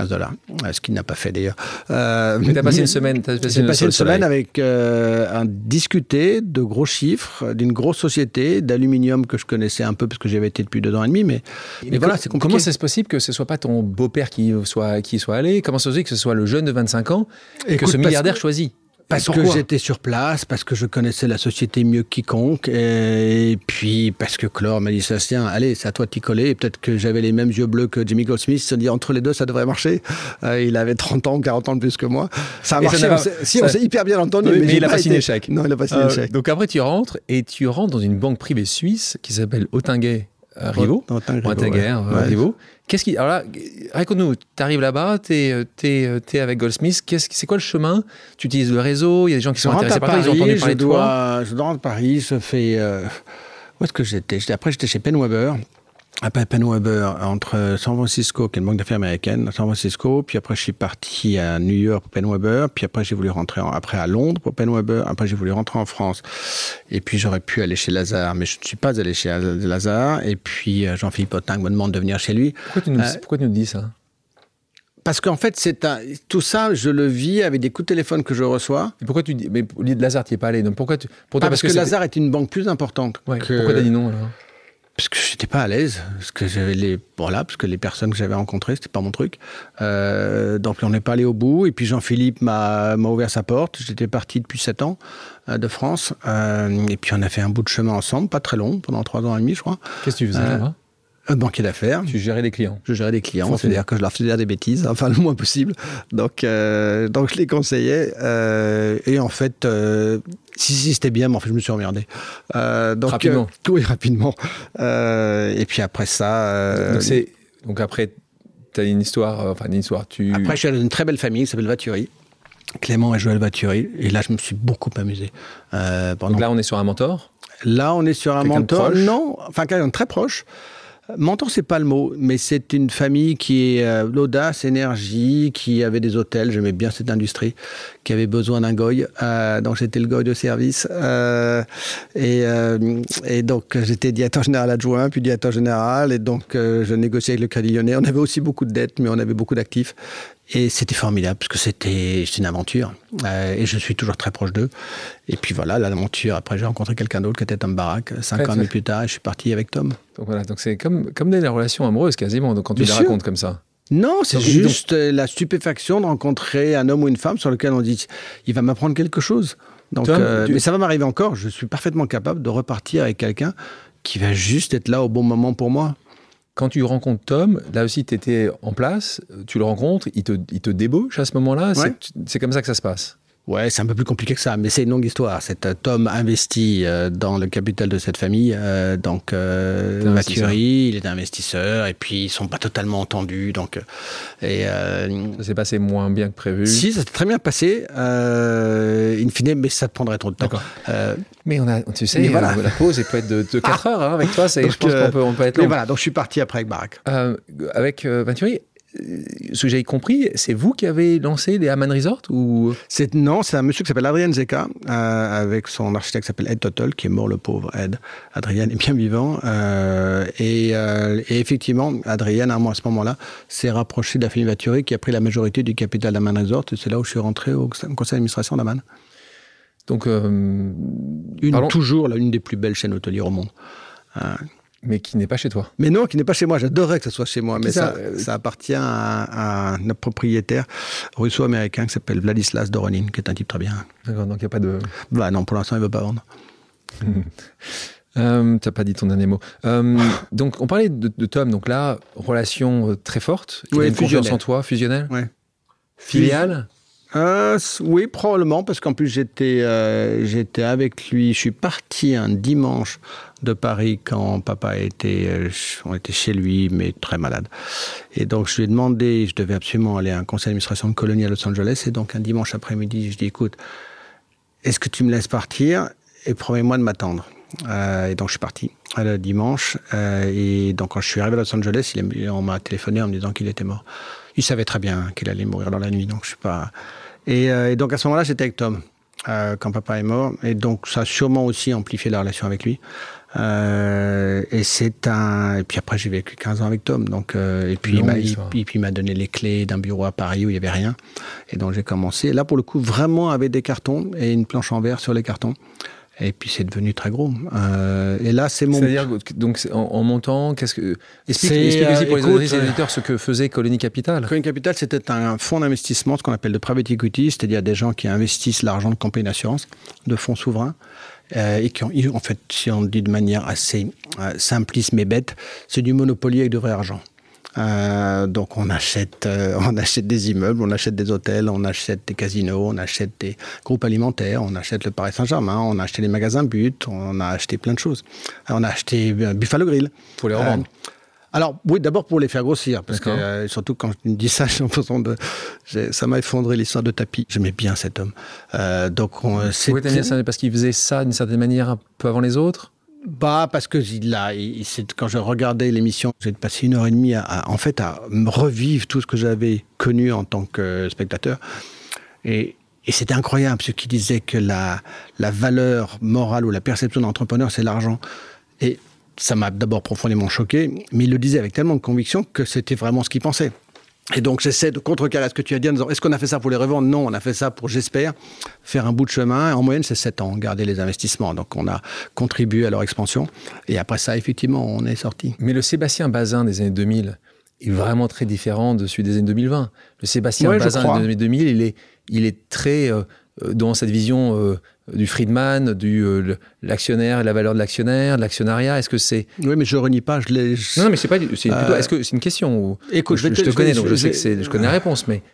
[SPEAKER 1] ce qu'il n'a pas fait d'ailleurs.
[SPEAKER 2] Mais t'as passé une semaine.
[SPEAKER 1] J'ai passé une semaine avec un discuter de gros chiffres, d'une grosse société d'aluminium que je connaissais un peu parce que j'avais été depuis 2 ans et demi, mais voilà, c'est compliqué.
[SPEAKER 2] Comment c'est possible que ce soit pas ton beau-père qui soit allé? Comment ça se fait que ce soit le jeune de 25 ans que ce milliardaire choisit?
[SPEAKER 1] Parce que j'étais sur place, parce que je connaissais la société mieux que quiconque, et puis parce que Clore m'a dit, Sébastien, allez, c'est à toi de t'y coller, et peut-être que j'avais les mêmes yeux bleus que Jimmy Goldsmith, il s'est dit, entre les deux, ça devrait marcher. Il avait 30 ans, 40 ans de plus que moi. Ça a marché, on s'est hyper bien entendu.
[SPEAKER 2] Mais il n'a pas signé le chèque.
[SPEAKER 1] Non, il n'a pas signé le chèque.
[SPEAKER 2] Donc après, tu rentres dans une banque privée suisse qui s'appelle Oettinger Rivaux, Rivaux. Alors là, raconte-nous, tu arrives là-bas, tu es avec Goldsmith, c'est quoi le chemin? Tu utilises le réseau, il y a des gens qui sont intéressés par toi, ils ont entendu parler de toi.
[SPEAKER 1] Je dois rentrer à Paris, je fais... où est-ce que j'étais? Après, j'étais chez PaineWebber. Après PaineWebber, entre San Francisco, qui est une banque d'affaires américaine, San Francisco, puis après je suis parti à New York pour PaineWebber, puis après j'ai voulu rentrer après à Londres pour PaineWebber, après j'ai voulu rentrer en France, et puis j'aurais pu aller chez Lazare, mais je ne suis pas allé chez Lazare, et puis Jean-Philippe Autain me demande de venir chez lui.
[SPEAKER 2] Pourquoi tu nous dis ça?
[SPEAKER 1] Parce qu'en fait, tout ça, je le vis avec des coups de téléphone que je reçois.
[SPEAKER 2] Et pourquoi tu dis... Mais Lazare, tu n'y es pas allé, donc pourquoi
[SPEAKER 1] parce que Lazare est une banque plus importante.
[SPEAKER 2] Ouais, pourquoi tu as dit non alors?
[SPEAKER 1] Parce que j'étais pas à l'aise, parce que les personnes que j'avais rencontrées, c'était pas mon truc. Donc on n'est pas allé au bout. Et puis Jean-Philippe m'a ouvert sa porte. J'étais parti depuis 7 ans de France. Et puis on a fait un bout de chemin ensemble, pas très long, pendant 3 ans et demi, je crois.
[SPEAKER 2] Qu'est-ce que tu faisais là-bas?
[SPEAKER 1] Banquier d'affaires.
[SPEAKER 2] Tu gérais des clients? Je
[SPEAKER 1] gérais des clients, c'est-à-dire que je leur faisais des bêtises, enfin le moins possible. Donc je les conseillais. Et en fait, si c'était bien, mais en fait je me suis emmerdé.
[SPEAKER 2] Rapidement?
[SPEAKER 1] Oui, rapidement. Et puis après ça...
[SPEAKER 2] Donc après, tu as une histoire... Après, je suis allé dans
[SPEAKER 1] une très belle famille qui s'appelle Vaturi. Clément et Joël Vaturi. Et là, je me suis beaucoup amusé.
[SPEAKER 2] Donc là, on est sur un mentor?
[SPEAKER 1] Là, on est sur un mentor. Non, enfin quelqu'un de très proche. Mentor, c'est pas le mot, mais c'est une famille qui est l'audace, énergie, qui avait des hôtels, j'aimais bien cette industrie, qui avait besoin d'un goy, donc j'étais le goy de service, et donc j'étais directeur général adjoint, puis directeur général, et donc je négociais avec le Crédit Lyonnais. On avait aussi beaucoup de dettes, mais on avait beaucoup d'actifs. Et c'était formidable, parce que c'était une aventure. Et je suis toujours très proche d'eux. Et puis voilà, l'aventure. Après, j'ai rencontré quelqu'un d'autre qui était Tom Barak, 5 ans plus tard, et je suis parti avec Tom.
[SPEAKER 2] Donc voilà, donc c'est comme des relations amoureuses quasiment, donc quand tu les racontes comme ça.
[SPEAKER 1] Non, c'est juste la stupéfaction de rencontrer un homme ou une femme sur lequel on dit il va m'apprendre quelque chose. Donc, mais ça va m'arriver encore. Je suis parfaitement capable de repartir avec quelqu'un qui va juste être là au bon moment pour moi.
[SPEAKER 2] Quand tu rencontres Tom, là aussi, tu étais en place, tu le rencontres, il te débauche à ce moment-là. Ouais. C'est comme ça que ça se passe.
[SPEAKER 1] Ouais, c'est un peu plus compliqué que ça, mais c'est une longue histoire. Tom investit dans le capital de cette famille, donc Vaturi, il est investisseur, et puis ils sont pas totalement entendus, donc
[SPEAKER 2] ça s'est passé moins bien que prévu.
[SPEAKER 1] Si, ça s'est très bien passé, in fine, mais ça te prendrait trop de temps.
[SPEAKER 2] Mais tu sais, voilà. La pause elle peut être de 4 heures avec toi. Donc, je pense qu'on peut être long.
[SPEAKER 1] Mais voilà, donc je suis parti après avec Barak.
[SPEAKER 2] Avec Vaturi. Ce que j'avais compris, c'est vous qui avez lancé les Aman Resort ou...
[SPEAKER 1] Non, c'est un monsieur qui s'appelle Adrien Zeka, avec son architecte qui s'appelle Ed Tuttle, qui est mort, le pauvre Ed. Adrien est bien vivant. Et effectivement, Adrien, à ce moment-là, s'est rapproché de la famille Vaturi, qui a pris la majorité du capital d'Aman Resort. Et c'est là où je suis rentré au conseil d'administration d'Aman.
[SPEAKER 2] Donc,
[SPEAKER 1] toujours l'une des plus belles chaînes hôtelières au monde.
[SPEAKER 2] Mais qui n'est pas chez toi.
[SPEAKER 1] Mais non, qui n'est pas chez moi. J'adorerais que ce soit chez moi. Mais ça appartient à un propriétaire russo-américain qui s'appelle Vladislas Doronin, qui est un type très bien.
[SPEAKER 2] D'accord, donc il n'y a pas de...
[SPEAKER 1] Bah non, pour l'instant, il ne veut pas vendre.
[SPEAKER 2] Tu n'as pas dit ton dernier mot. Donc, on parlait de Tom. Donc là, relation très forte. Il y a une confiance en toi, fusionnelle.
[SPEAKER 1] Ouais.
[SPEAKER 2] Filiale.
[SPEAKER 1] Oui, probablement, parce qu'en plus, j'étais avec lui. Je suis parti un dimanche de Paris quand papa on était chez lui, mais très malade. Et donc, je lui ai demandé, je devais absolument aller à un conseil d'administration de Colonie à Los Angeles. Et donc, un dimanche après-midi, je dis, écoute, est-ce que tu me laisses partir et promets-moi de m'attendre. Et donc, je suis parti le dimanche. Et donc, quand je suis arrivé à Los Angeles, on m'a téléphoné en me disant qu'il était mort. Il savait très bien qu'il allait mourir dans la nuit, donc je suis pas... Et donc, à ce moment-là, j'étais avec Tom, quand papa est mort. Et donc, ça a sûrement aussi amplifié la relation avec lui. Et puis après, j'ai vécu 15 ans avec Tom. Donc, et puis il m'a donné les clés d'un bureau à Paris où il n'y avait rien. Et donc, j'ai commencé. Là, pour le coup, vraiment avec des cartons et une planche en verre sur les cartons. Et puis c'est devenu très gros. Et là, c'est mon...
[SPEAKER 2] C'est-à-dire, donc en montant, explique aussi pour les auditeurs ce que faisait Colony Capital.
[SPEAKER 1] Colony Capital, c'était un fonds d'investissement, ce qu'on appelle de private equity, c'est-à-dire des gens qui investissent l'argent de compagnies d'assurance, de fonds souverains, et qui ont, en fait, si on le dit de manière assez simpliste mais bête, c'est du Monopoly avec de vrai argent. Donc on achète des immeubles, on achète des hôtels, on achète des casinos, on achète des groupes alimentaires, on achète le Paris Saint-Germain, on a acheté les magasins But, on a acheté plein de choses. On a acheté Buffalo Grill.
[SPEAKER 2] Pour les revendre.
[SPEAKER 1] Alors oui, d'abord pour les faire grossir, parce que surtout quand je me dis ça, j'ai l'impression ça m'a effondré l'histoire de Tapi. J'aimais bien cet homme.
[SPEAKER 2] Pourquoi t'aimes bien ça? Parce qu'il faisait ça d'une certaine manière un peu avant les autres?
[SPEAKER 1] Parce que quand je regardais l'émission, j'ai passé 1h30 à me revivre tout ce que j'avais connu en tant que spectateur. Et c'était incroyable, ce qui disait que la valeur morale ou la perception d'entrepreneur, c'est l'argent. Et ça m'a d'abord profondément choqué, mais il le disait avec tellement de conviction que c'était vraiment ce qu'il pensait. Et donc, j'essaie de contrecarrer ce que tu as dit en disant, est-ce qu'on a fait ça pour les revendre? Non, on a fait ça pour, j'espère, faire un bout de chemin. En moyenne, c'est 7 ans, garder les investissements. Donc, on a contribué à leur expansion. Et après ça, effectivement, on est sorti.
[SPEAKER 2] Mais le Sébastien Bazin des années 2000 est vraiment très différent de celui des années 2020. Le Sébastien Bazin des années 2000, il est très dans cette vision du Friedman, l'actionnaire et la valeur de l'actionnaire, de l'actionnariat. Est-ce que c'est...
[SPEAKER 1] Oui, mais je renie pas.
[SPEAKER 2] Non, mais c'est pas. Est-ce que c'est une question où...
[SPEAKER 1] Écoute,
[SPEAKER 2] je te connais, donc je sais que je connais la réponse, mais...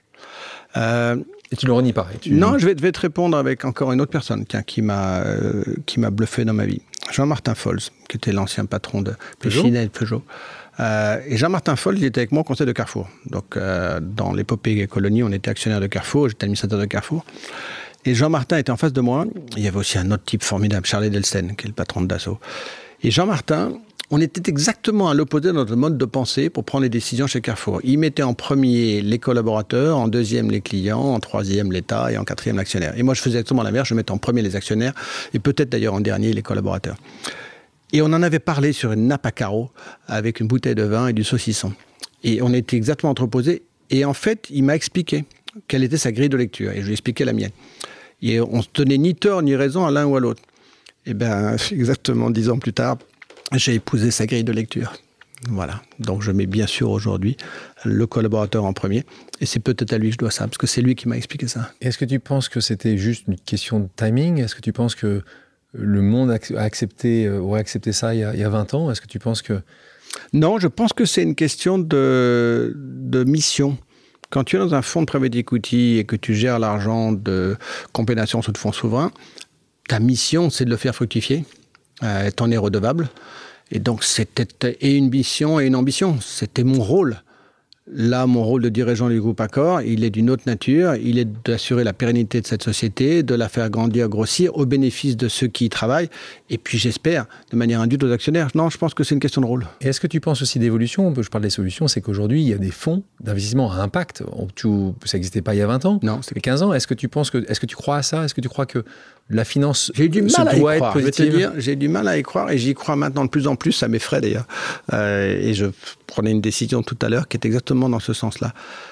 [SPEAKER 2] Et tu le renies pas.
[SPEAKER 1] Non, je vais te répondre avec encore une autre personne qui m'a bluffé dans ma vie. Jean-Martin Fols, qui était l'ancien patron de Peugeot. Et Jean-Martin Fols, il était avec moi au conseil de Carrefour. Donc, dans l'épopée colonie, on était actionnaire de Carrefour, j'étais administrateur de Carrefour. Et Jean-Martin était en face de moi. Il y avait aussi un autre type formidable, Charlie Delsten, qui est le patron de Dassault. Et Jean-Martin, on était exactement à l'opposé de notre mode de pensée pour prendre les décisions chez Carrefour. Il mettait en premier les collaborateurs, en deuxième les clients, en troisième l'État et en quatrième l'actionnaire. Et moi, je faisais exactement l'inverse. Je mettais en premier les actionnaires et peut-être d'ailleurs en dernier les collaborateurs. Et on en avait parlé sur une nappe à carreaux avec une bouteille de vin et du saucisson. Et on était exactement entreposés. Et en fait, il m'a expliqué quelle était sa grille de lecture. Et je lui ai expliqué la mienne. Et on ne se donnait ni tort ni raison à l'un ou à l'autre. Et bien, exactement 10 ans plus tard, j'ai épousé sa grille de lecture. Voilà. Donc, je mets bien sûr aujourd'hui le collaborateur en premier. Et c'est peut-être à lui que je dois ça, parce que c'est lui qui m'a expliqué ça.
[SPEAKER 2] Est-ce que tu penses que c'était juste une question de timing? Est-ce que tu penses que le monde aurait accepté ça il y a 20 ans? Est-ce que tu penses que...
[SPEAKER 1] Non, je pense que c'est une question de mission. Quand tu es dans un fonds de private equity et que tu gères l'argent de compensation sous de fonds souverains, ta mission, c'est de le faire fructifier. T'en es redevable. Et donc, c'était une mission et une ambition. C'était mon rôle. Là, mon rôle de dirigeant du groupe Accor, il est d'une autre nature. Il est d'assurer la pérennité de cette société, de la faire grandir, grossir, au bénéfice de ceux qui y travaillent. Et puis, j'espère, de manière induite aux actionnaires. Non, je pense que c'est une question de rôle.
[SPEAKER 2] Et est-ce que tu penses aussi d'évolution? Je parle des solutions, c'est qu'aujourd'hui, il y a des fonds d'investissement à impact. Ça n'existait pas il y a 20 ans.
[SPEAKER 1] Non,
[SPEAKER 2] c'était 15 ans. Est-ce que tu crois à ça? Est-ce que tu crois que la finance
[SPEAKER 1] J'ai du mal à y
[SPEAKER 2] doit
[SPEAKER 1] croire.
[SPEAKER 2] être positive?
[SPEAKER 1] Je vais te dire, j'ai du mal à y croire et j'y crois maintenant de plus en plus. Ça m'effraie d'ailleurs. Et je prenais une décision tout à l'heure qui est exactement dans ce sens-là.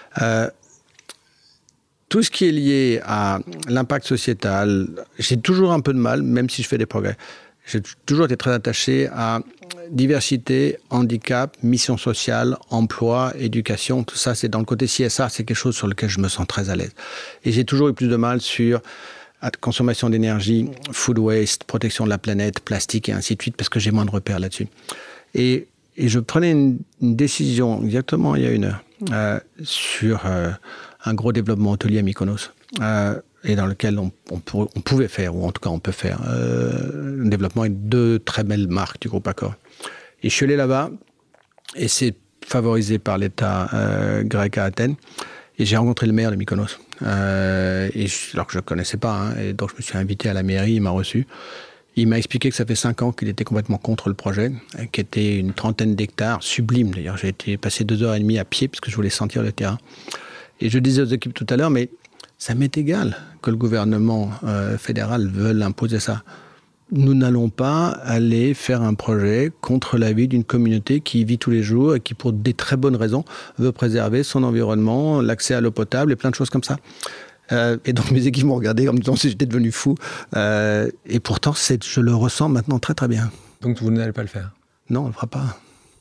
[SPEAKER 1] Tout ce qui est lié à l'impact sociétal, j'ai toujours un peu de mal, même si je fais des progrès. J'ai toujours été très attaché à diversité, handicap, mission sociale, emploi, éducation. Tout ça, c'est dans le côté CSA, c'est quelque chose sur lequel je me sens très à l'aise. Et j'ai toujours eu plus de mal sur consommation d'énergie, food waste, protection de la planète, plastique et ainsi de suite, parce que j'ai moins de repères là-dessus. Et je prenais une décision exactement il y a 1 heure sur un gros développement hôtelier à Mykonos et dans lequel on pouvait faire, ou en tout cas on peut faire, un développement avec 2 très belles marques du groupe Accor. Et je suis allé là-bas et c'est favorisé par l'État grec à Athènes. Et j'ai rencontré le maire de Mykonos, alors que je ne le connaissais pas. Et donc, je me suis invité à la mairie, il m'a reçu. Il m'a expliqué que ça fait 5 ans qu'il était complètement contre le projet, qui était une 30aine d'hectares, sublime d'ailleurs. J'ai été passer 2h30 à pied parce que je voulais sentir le terrain. Et je disais aux équipes tout à l'heure, mais ça m'est égal que le gouvernement fédéral veuille imposer ça. Nous n'allons pas aller faire un projet contre la vie d'une communauté qui vit tous les jours et qui, pour des très bonnes raisons, veut préserver son environnement, l'accès à l'eau potable et plein de choses comme ça. Et donc mes équipes m'ont regardé en me disant si j'étais devenu fou. Et pourtant, je le ressens maintenant très très bien.
[SPEAKER 2] Donc vous n'allez pas le faire? Non,
[SPEAKER 1] on ne le fera pas.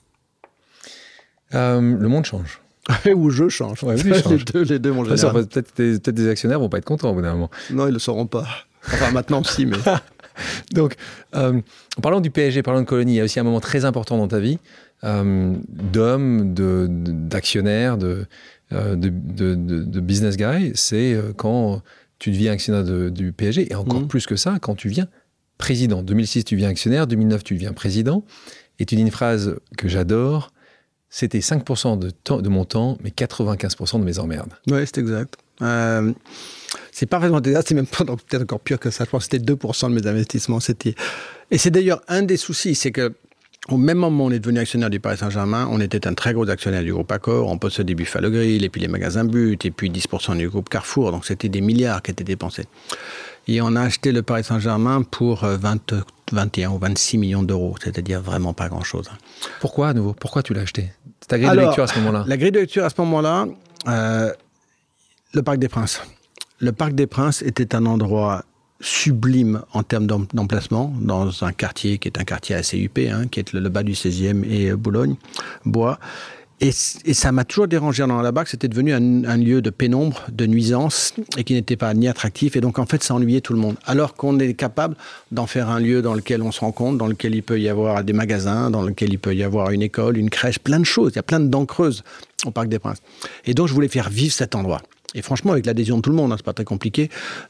[SPEAKER 2] Le monde change.
[SPEAKER 1] Ou je change.
[SPEAKER 2] Ouais,
[SPEAKER 1] les deux, mon général.
[SPEAKER 2] Peut-être des actionnaires vont pas être contents au bout d'un moment.
[SPEAKER 1] Non, ils le sauront pas. Enfin, maintenant aussi, mais...
[SPEAKER 2] Donc, en parlant du PSG, parlant de Colonie, il y a aussi un moment très important dans ta vie. d'hommes, d'actionnaires, de business guys, c'est quand tu deviens actionnaire du PSG, et encore plus que ça, quand tu deviens président. 2006, tu deviens actionnaire, 2009, tu deviens président, et tu dis une phrase que j'adore, c'était 5% de mon temps, mais 95% de mes emmerdes.
[SPEAKER 1] Oui, c'est exact. C'est parfaitement exact, c'est même peut-être encore pire que ça. Je pense que c'était 2% de mes investissements. Et c'est d'ailleurs un des soucis, c'est que au même moment où on est devenu actionnaire du Paris Saint-Germain, on était un très gros actionnaire du groupe Accor, on possédait Buffalo Grill, et puis les magasins But, et puis 10% du groupe Carrefour, donc c'était des milliards qui étaient dépensés. Et on a acheté le Paris Saint-Germain pour 21 ou 26 millions d'euros, c'est-à-dire vraiment pas grand-chose.
[SPEAKER 2] Pourquoi à nouveau ? Pourquoi tu l'as acheté ? C'est ta grille de lecture à ce moment-là ?
[SPEAKER 1] La grille de lecture à ce moment-là, le Parc des Princes. Le Parc des Princes était un endroit sublime en termes d'emplacement, dans un quartier qui est un quartier assez huppé, qui est le bas du 16e et Boulogne, Bois. Et ça m'a toujours dérangé en allant là-bas, que c'était devenu un lieu de pénombre, de nuisance, et qui n'était pas ni attractif. Et donc, en fait, ça ennuyait tout le monde. Alors qu'on est capable d'en faire un lieu dans lequel on se rencontre, dans lequel il peut y avoir des magasins, dans lequel il peut y avoir une école, une crèche, plein de choses. Il y a plein de dents creuses au Parc des Princes. Et donc, je voulais faire vivre cet endroit. Et franchement, avec l'adhésion de tout le monde, c'est pas très compliqué.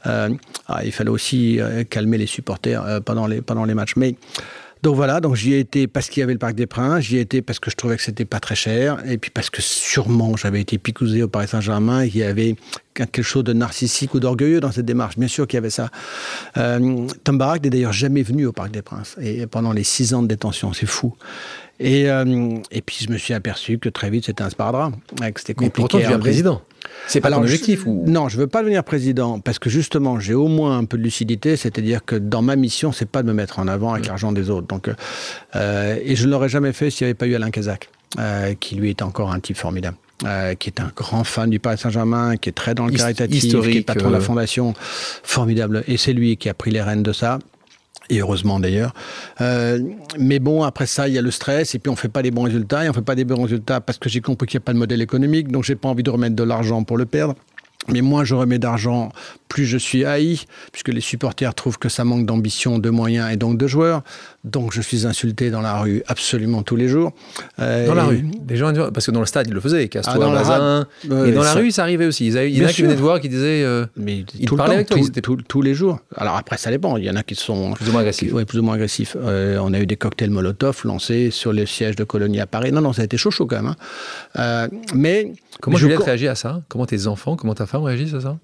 [SPEAKER 1] Il fallait aussi calmer les supporters pendant les matchs. Donc voilà, donc j'y ai été parce qu'il y avait le Parc des Princes, j'y ai été parce que je trouvais que c'était pas très cher, et puis parce que sûrement j'avais été picousé au Paris Saint-Germain, et qu'il y avait quelque chose de narcissique ou d'orgueilleux dans cette démarche. Bien sûr qu'il y avait ça. Tom Barak n'est d'ailleurs jamais venu au Parc des Princes, et pendant les 6 ans de détention, c'est fou. Et puis je me suis aperçu que très vite c'était un sparadrap, que c'était compliqué.
[SPEAKER 2] Mais pourtant tu deviens président. C'est pas ton objectif
[SPEAKER 1] Non, je veux pas devenir président parce que justement j'ai au moins un peu de lucidité, c'est-à-dire que dans ma mission c'est pas de me mettre en avant avec l'argent des autres. Donc et je ne l'aurais jamais fait s'il n'y avait pas eu Alain Cazac, qui lui est encore un type formidable. Qui est un grand fan du Paris Saint-Germain, qui est très dans le caritatif, historique, qui est patron de la fondation, formidable. Et c'est lui qui a pris les rênes de ça. Et heureusement d'ailleurs. Mais bon, après ça, il y a le stress, et puis on fait pas les bons résultats, et on fait pas des bons résultats parce que j'ai compris qu'il n'y a pas de modèle économique, donc j'ai pas envie de remettre de l'argent pour le perdre. Mais moins je remets d'argent, plus je suis haï, puisque les supporters trouvent que ça manque d'ambition, de moyens et donc de joueurs. Donc je suis insulté dans la rue absolument tous les jours.
[SPEAKER 2] Dans la rue, les gens, parce que dans le stade ils le faisaient, Castro, Bazin, et dans la rue ça arrivait aussi. Il y en a qui venaient te voir, qui disaient,
[SPEAKER 1] mais
[SPEAKER 2] ils parlaient avec toi,
[SPEAKER 1] tous les jours. Alors après ça dépend, il y en a qui sont
[SPEAKER 2] plus ou moins agressifs.
[SPEAKER 1] Oui, plus ou moins agressifs. On a eu des cocktails Molotov lancés sur le siège de Colonie à Paris. Non, ça a été chaud quand même. Mais
[SPEAKER 2] comment Juliette réagit à ça ? Comment tes enfants, comment ta femme réagissent à ça ?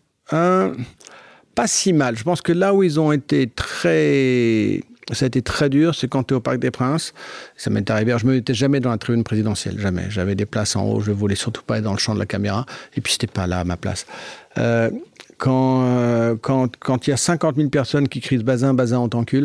[SPEAKER 1] Pas si mal. Je pense que là où ils ont été ça a été très dur, c'est quand tu es au Parc des Princes. Ça m'est arrivé. Je ne me mettais jamais dans la tribune présidentielle, jamais. J'avais des places en haut, je ne voulais surtout pas être dans le champ de la caméra. Et puis, ce n'était pas là à ma place. Quand il y a 50 000 personnes qui crient Bazin, on t'encule,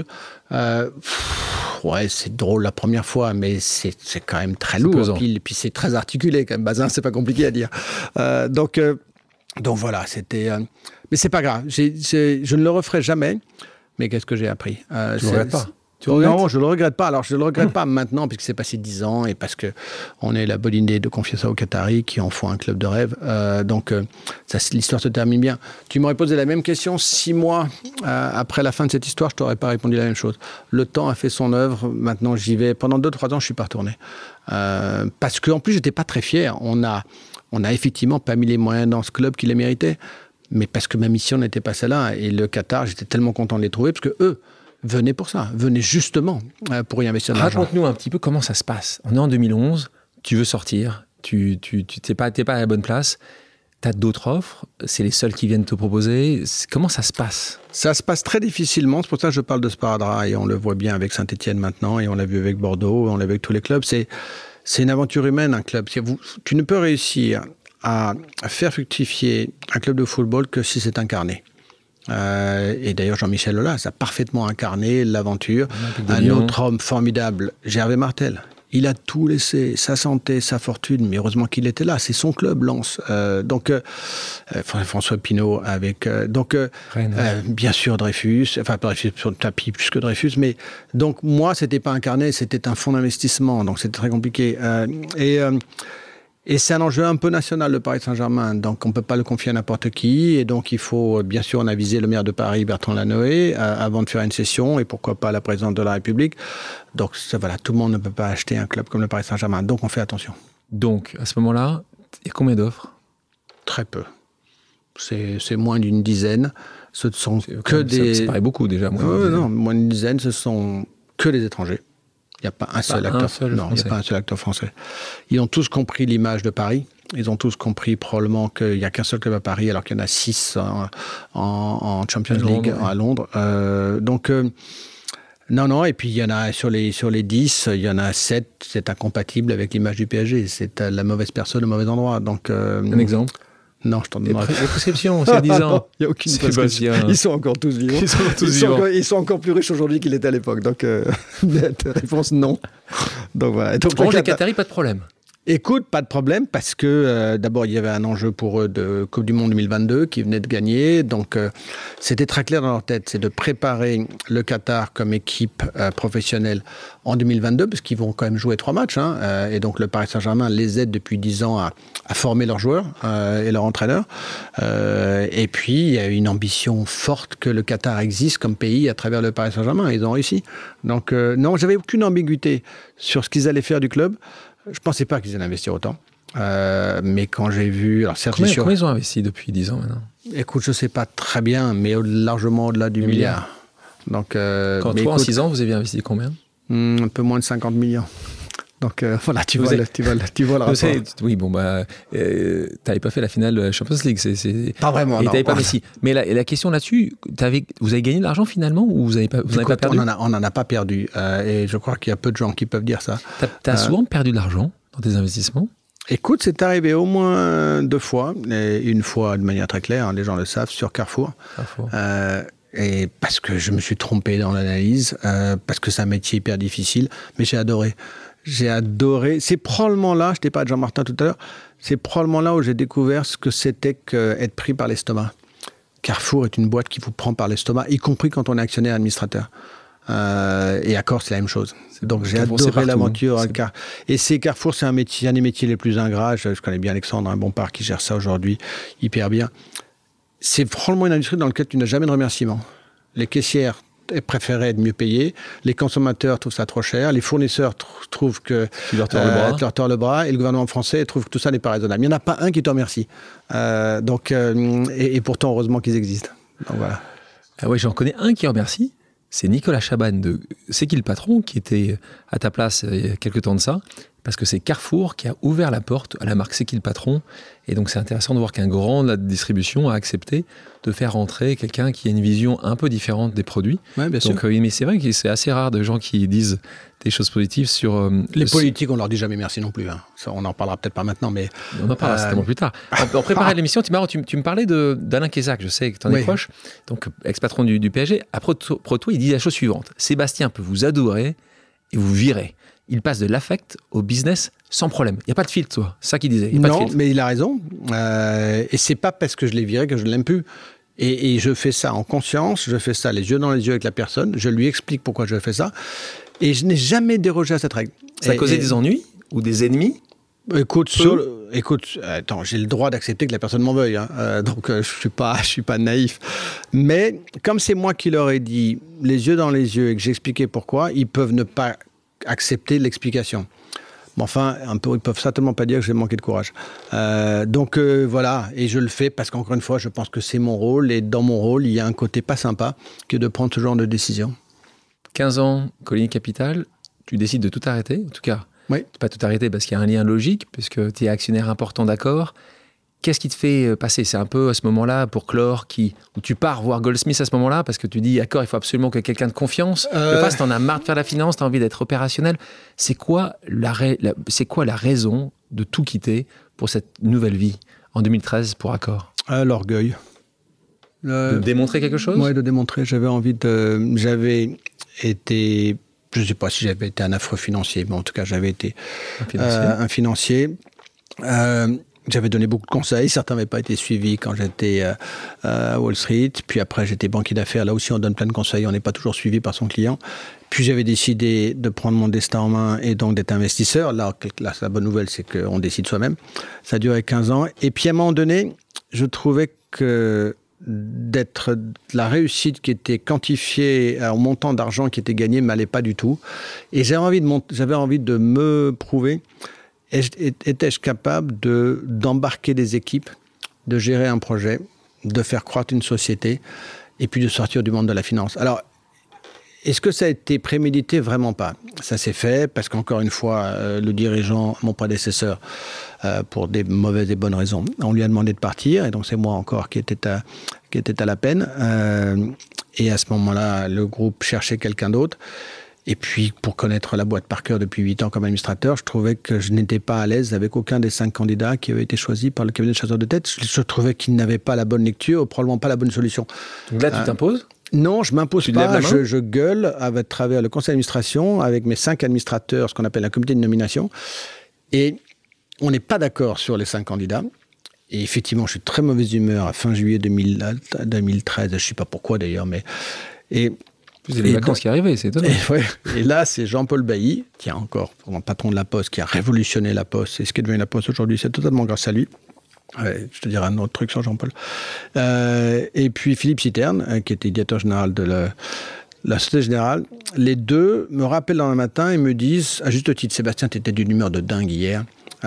[SPEAKER 1] ouais, c'est drôle la première fois, mais c'est quand même très lourd. Puis c'est très articulé quand même. Bazin, c'est pas compliqué à dire. Donc voilà, c'était... mais c'est pas grave. Je ne le referai jamais. Mais qu'est-ce que j'ai appris ?
[SPEAKER 2] Tu ne regrettes pas ?
[SPEAKER 1] Non, je ne le regrette pas. Alors, je ne le regrette pas maintenant, puisque c'est passé 10 ans et parce qu'on a eu la bonne idée de confier ça aux Qataris qui en font un club de rêve. Donc, l'histoire se termine bien. Tu m'aurais posé la même question 6 mois après la fin de cette histoire, je ne t'aurais pas répondu la même chose. Le temps a fait son œuvre. Maintenant, j'y vais. Pendant 2-3 ans, je ne suis pas retourné. Parce qu'en plus, je n'étais pas très fier. On n'a effectivement pas mis les moyens dans ce club qu'il les méritait. Mais parce que ma mission n'était pas celle-là. Et le Qatar, j'étais tellement content de les trouver, parce que eux venaient pour ça, venaient justement pour y investir de l'argent.
[SPEAKER 2] Raconte-nous un petit peu comment ça se passe. On est en 2011, tu veux sortir, tu t'es pas à la bonne place, tu as d'autres offres, c'est les seuls qui viennent te proposer. Comment ça se passe ?
[SPEAKER 1] Ça se passe très difficilement, c'est pour ça que je parle de sparadrap, et on le voit bien avec Saint-Etienne maintenant, et on l'a vu avec Bordeaux, on l'a vu avec tous les clubs. C'est une aventure humaine, un club. Tu ne peux réussir à faire fructifier un club de football que si c'est incarné. Et d'ailleurs, Jean-Michel Aulas a parfaitement incarné l'aventure. Un autre homme formidable, Gervais Martel. Il a tout laissé, sa santé, sa fortune, mais heureusement qu'il était là. C'est son club, Lens. François Pinault avec... bien sûr, Dreyfus. Enfin, Dreyfus sur le tapis plus que Dreyfus. Mais donc, moi, c'était pas incarné, c'était un fonds d'investissement. Donc, c'était très compliqué. Et c'est un enjeu un peu national, le Paris Saint-Germain. Donc, on ne peut pas le confier à n'importe qui. Et donc, il faut, bien sûr, on a visé le maire de Paris, Bertrand Lanoë, avant de faire une session. Et pourquoi pas la présidente de la République. Donc, voilà, tout le monde ne peut pas acheter un club comme le Paris Saint-Germain. Donc, on fait attention.
[SPEAKER 2] Donc, à ce moment-là, il y a combien d'offres ?
[SPEAKER 1] Très peu. C'est moins d'une dizaine. Ce sont que des...
[SPEAKER 2] Ça paraît beaucoup, déjà.
[SPEAKER 1] Moins d'une dizaine, ce sont que des étrangers. Il n'y a pas un seul acteur. Non, il n'y a pas un seul acteur français. Ils ont tous compris l'image de Paris. Ils ont tous compris probablement qu'il n'y a qu'un seul club à Paris, alors qu'il y en a 6 en Champions League à Londres. Non. Et puis il y en a sur les 10, il y en a 7. C'est incompatible avec l'image du PSG. C'est la mauvaise personne au mauvais endroit. Donc
[SPEAKER 2] un exemple.
[SPEAKER 1] Non, je t'en demande.
[SPEAKER 2] Les prescriptions, c'est 10 ans.
[SPEAKER 1] Il n'y a aucune prescription. Ils sont encore tous vivants. Ils sont encore plus riches aujourd'hui qu'ils l'étaient à l'époque. Donc, réponse non. Donc, voilà. Donc,
[SPEAKER 2] les Qataris, pas de problème.
[SPEAKER 1] Écoute, pas de problème, parce que d'abord, il y avait un enjeu pour eux de Coupe du Monde 2022 qui venait de gagner. Donc, c'était très clair dans leur tête, c'est de préparer le Qatar comme équipe professionnelle en 2022, parce qu'ils vont quand même jouer 3 matchs. Et donc, le Paris Saint-Germain les aide depuis 10 ans à former leurs joueurs et leurs entraîneurs. Et puis, il y a une ambition forte que le Qatar existe comme pays à travers le Paris Saint-Germain. Ils ont réussi. Donc, non, j'avais aucune ambiguïté sur ce qu'ils allaient faire du club. Je ne pensais pas qu'ils allaient investir autant. Mais quand j'ai vu... Alors, certes,
[SPEAKER 2] combien ils ont investi depuis 10 ans maintenant ?
[SPEAKER 1] Écoute, je ne sais pas très bien, mais largement au-delà du milliard. Donc,
[SPEAKER 2] quand toi, en 6 ans, vous avez investi combien ?
[SPEAKER 1] Un peu moins de 50 millions. Donc voilà, tu vois le rapport.
[SPEAKER 2] Oui, bon, tu n'avais pas fait la finale de la Champions League.
[SPEAKER 1] Pas vraiment,
[SPEAKER 2] et tu n'avais pas Messi. Mais la question là-dessus, vous avez gagné de l'argent finalement ou vous n'avez pas perdu ?
[SPEAKER 1] On n'en a pas perdu. Et je crois qu'il y a peu de gens qui peuvent dire ça.
[SPEAKER 2] Tu as souvent perdu de l'argent dans tes investissements ?
[SPEAKER 1] Écoute, c'est arrivé au moins 2 fois. Et une fois de manière très claire, les gens le savent, sur Carrefour. Et parce que je me suis trompé dans l'analyse, parce que c'est un métier hyper difficile. Mais j'ai adoré. C'est probablement là, je t'ai parlé de Jean-Martin tout à l'heure, c'est probablement là où j'ai découvert ce que c'était qu'être pris par l'estomac. Carrefour est une boîte qui vous prend par l'estomac, y compris quand on est actionnaire administrateur. Et Accor, c'est la même chose. Donc j'ai adoré l'aventure. Et Carrefour, c'est un des métiers les plus ingrats. Je connais bien Alexandre Bompard qui gère ça aujourd'hui hyper bien. C'est probablement une industrie dans laquelle tu n'as jamais de remerciements. Les caissières préféraient être mieux payés, les consommateurs trouvent ça trop cher, les fournisseurs trouvent que
[SPEAKER 2] tu leur tords
[SPEAKER 1] le bras, et le gouvernement français trouve que tout ça n'est pas raisonnable. Il n'y en a pas un qui te remercie. Et pourtant, heureusement qu'ils existent. Donc voilà.
[SPEAKER 2] Ah oui, j'en connais un qui remercie. C'est Nicolas Chaban de C'est qui le patron, qui était à ta place il y a quelques temps de ça, parce que c'est Carrefour qui a ouvert la porte à la marque C'est qui le patron. Et donc c'est intéressant de voir qu'un grand de la distribution a accepté de faire rentrer quelqu'un qui a une vision un peu différente des produits.
[SPEAKER 1] Ouais, bien sûr.
[SPEAKER 2] Donc, mais c'est vrai que c'est assez rare de gens qui disent des choses positives sur...
[SPEAKER 1] les politiques, on leur dit jamais merci non plus. Ça, on n'en parlera peut-être pas maintenant, mais...
[SPEAKER 2] On en parlera certainement plus tard. En préparant l'émission, tu me parlais d'Alain Kézac, je sais que tu en es proche, donc ex-patron du PSG. À Proto, il dit la chose suivante. Sébastien peut vous adorer et vous virer. Il passe de l'affect au business sans problème. Il n'y a pas de filtre, toi. C'est ça qu'il disait.
[SPEAKER 1] Non, mais il a raison. Et c'est pas parce que je l'ai viré que je ne l'aime plus. Et je fais ça en conscience, je fais ça les yeux dans les yeux avec la personne, je lui explique pourquoi je fais ça. Et je n'ai jamais dérogé à cette règle.
[SPEAKER 2] Ça a causé des ennuis ou des ennemis ?
[SPEAKER 1] Écoute, attends, j'ai le droit d'accepter que la personne m'en veuille. Donc, je suis pas naïf. Mais comme c'est moi qui leur ai dit les yeux dans les yeux et que j'expliquais pourquoi, ils peuvent ne pas accepter l'explication. Mais enfin, ils peuvent certainement pas dire que j'ai manqué de courage. Voilà, et je le fais parce qu'encore une fois, je pense que c'est mon rôle, et dans mon rôle, il y a un côté pas sympa que de prendre ce genre de décision.
[SPEAKER 2] 15 ans, Coligny Capital, tu décides de tout arrêter, en tout cas.
[SPEAKER 1] Oui.
[SPEAKER 2] Pas tout arrêter parce qu'il y a un lien logique, puisque tu es actionnaire important d'Accor. Qu'est-ce qui te fait passer ? C'est un peu à ce moment-là, pour clore, où tu pars voir Goldsmith à ce moment-là, parce que tu dis, Accor, il faut absolument que quelqu'un de confiance le fasse, t'en as marre de faire la finance, t'as envie d'être opérationnel. C'est quoi la raison de tout quitter pour cette nouvelle vie, en 2013, pour Accor ?
[SPEAKER 1] L'orgueil.
[SPEAKER 2] De démontrer quelque chose ?
[SPEAKER 1] Oui, de démontrer. J'avais été... Je ne sais pas si j'avais été un affreux financier, mais en tout cas, j'avais été un financier. J'avais donné beaucoup de conseils, certains n'avaient pas été suivis quand j'étais à Wall Street. Puis après, j'étais banquier d'affaires. Là aussi, on donne plein de conseils, on n'est pas toujours suivi par son client. Puis j'avais décidé de prendre mon destin en main et donc d'être investisseur. Là, la bonne nouvelle, c'est qu'on décide soi-même. Ça a duré 15 ans. Et puis à un moment donné, je trouvais que d'être la réussite qui était quantifiée au montant d'argent qui était gagné ne m'allait pas du tout. Et j'avais envie de me prouver, étais-je capable d'embarquer des équipes, de gérer un projet, de faire croître une société et puis de sortir du monde de la finance. Alors, est-ce que ça a été prémédité? Vraiment pas. Ça s'est fait parce qu'encore une fois, le dirigeant, mon prédécesseur, pour des mauvaises et bonnes raisons, on lui a demandé de partir et donc c'est moi encore qui était à la peine. Et à ce moment-là, le groupe cherchait quelqu'un d'autre. Et puis, pour connaître la boîte par cœur depuis 8 ans comme administrateur, je trouvais que je n'étais pas à l'aise avec aucun des 5 candidats qui avaient été choisis par le cabinet de chasseurs de tête. Je trouvais qu'ils n'avaient pas la bonne lecture, probablement pas la bonne solution.
[SPEAKER 2] Donc là, tu t'imposes ?
[SPEAKER 1] Non, je ne m'impose pas. Je gueule à travers le conseil d'administration avec mes 5 administrateurs, ce qu'on appelle un comité de nomination. Et on n'est pas d'accord sur les 5 candidats. Et effectivement, je suis de très mauvaise humeur à fin juillet 2013. Je ne sais pas pourquoi d'ailleurs, mais...
[SPEAKER 2] C'est les vacances qui arrivaient, c'est étonnant.
[SPEAKER 1] Et là, c'est Jean-Paul Bailly, qui est encore le patron de La Poste, qui a révolutionné La Poste. Et ce qui est devenu La Poste aujourd'hui, c'est totalement grâce à lui. Ouais, je te dirai un autre truc sur Jean-Paul. Et puis Philippe Citerne, qui était directeur général de la Société Générale. Les deux me rappellent dans le matin et me disent, à juste titre, Sébastien, tu étais d'une humeur de dingue hier.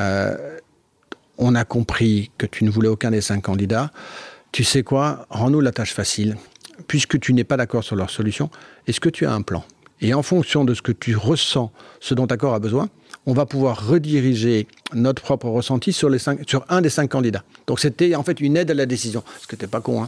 [SPEAKER 1] On a compris que tu ne voulais aucun des 5 candidats. Tu sais quoi, rends-nous la tâche facile. Puisque tu n'es pas d'accord sur leur solution, est-ce que tu as un plan? Et en fonction de ce que tu ressens, ce dont Accor a besoin, on va pouvoir rediriger notre propre ressenti sur un des 5 candidats. Donc c'était en fait une aide à la décision, ce qui n'était pas con.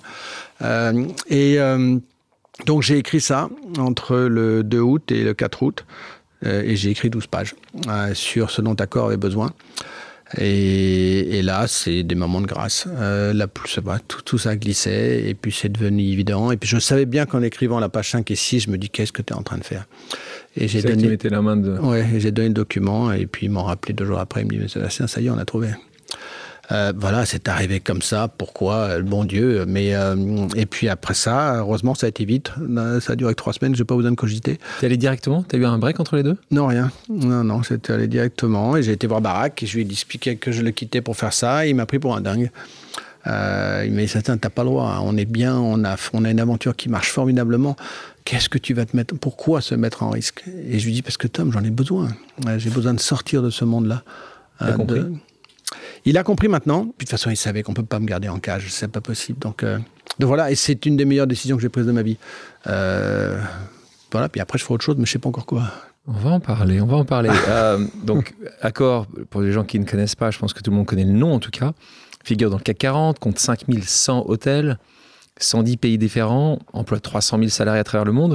[SPEAKER 1] Donc j'ai écrit ça entre le 2 août et le 4 août, et j'ai écrit 12 pages sur ce dont Accor avait besoin. Et là, c'est des moments de grâce. Tout ça glissait, et puis c'est devenu évident. Et puis je savais bien qu'en écrivant la page 5 et 6, je me dis, qu'est-ce que tu es en train de faire? Et j'ai donné...
[SPEAKER 2] qui mettait la main de...
[SPEAKER 1] Ouais, j'ai donné le document, et puis ils m'ont rappelé 2 jours après, ils me disent, Sébastien, ça y est, on a trouvé. Voilà, c'est arrivé comme ça, pourquoi, le bon Dieu. Et puis après ça, heureusement, ça a été vite. Ça a duré que 3 semaines, je n'ai pas besoin de cogiter.
[SPEAKER 2] T'es allé directement? T'as eu un break entre les deux?
[SPEAKER 1] Non, rien. Non, j'étais allé directement. Et j'ai été voir Barack, et je lui ai expliqué que je le quittais pour faire ça. Et il m'a pris pour un dingue. Il m'a dit, t'as pas le droit, on est bien, on a une aventure qui marche formidablement. Qu'est-ce que tu vas te mettre? Pourquoi se mettre en risque? Et je lui dis, parce que Tom, j'en ai besoin. J'ai besoin de sortir de ce monde-là.
[SPEAKER 2] T'as compris?
[SPEAKER 1] Il a compris maintenant. Puis de toute façon, il savait qu'on ne peut pas me garder en cage. C'est pas possible. Donc voilà, et c'est une des meilleures décisions que j'ai prises de ma vie. Voilà, puis après, je ferai autre chose, mais je ne sais pas encore quoi.
[SPEAKER 2] On va en parler. Donc, Accor, pour les gens qui ne connaissent pas, je pense que tout le monde connaît le nom en tout cas, figure dans le CAC 40, compte 5100 hôtels, 110 pays différents, emploie 300 000 salariés à travers le monde.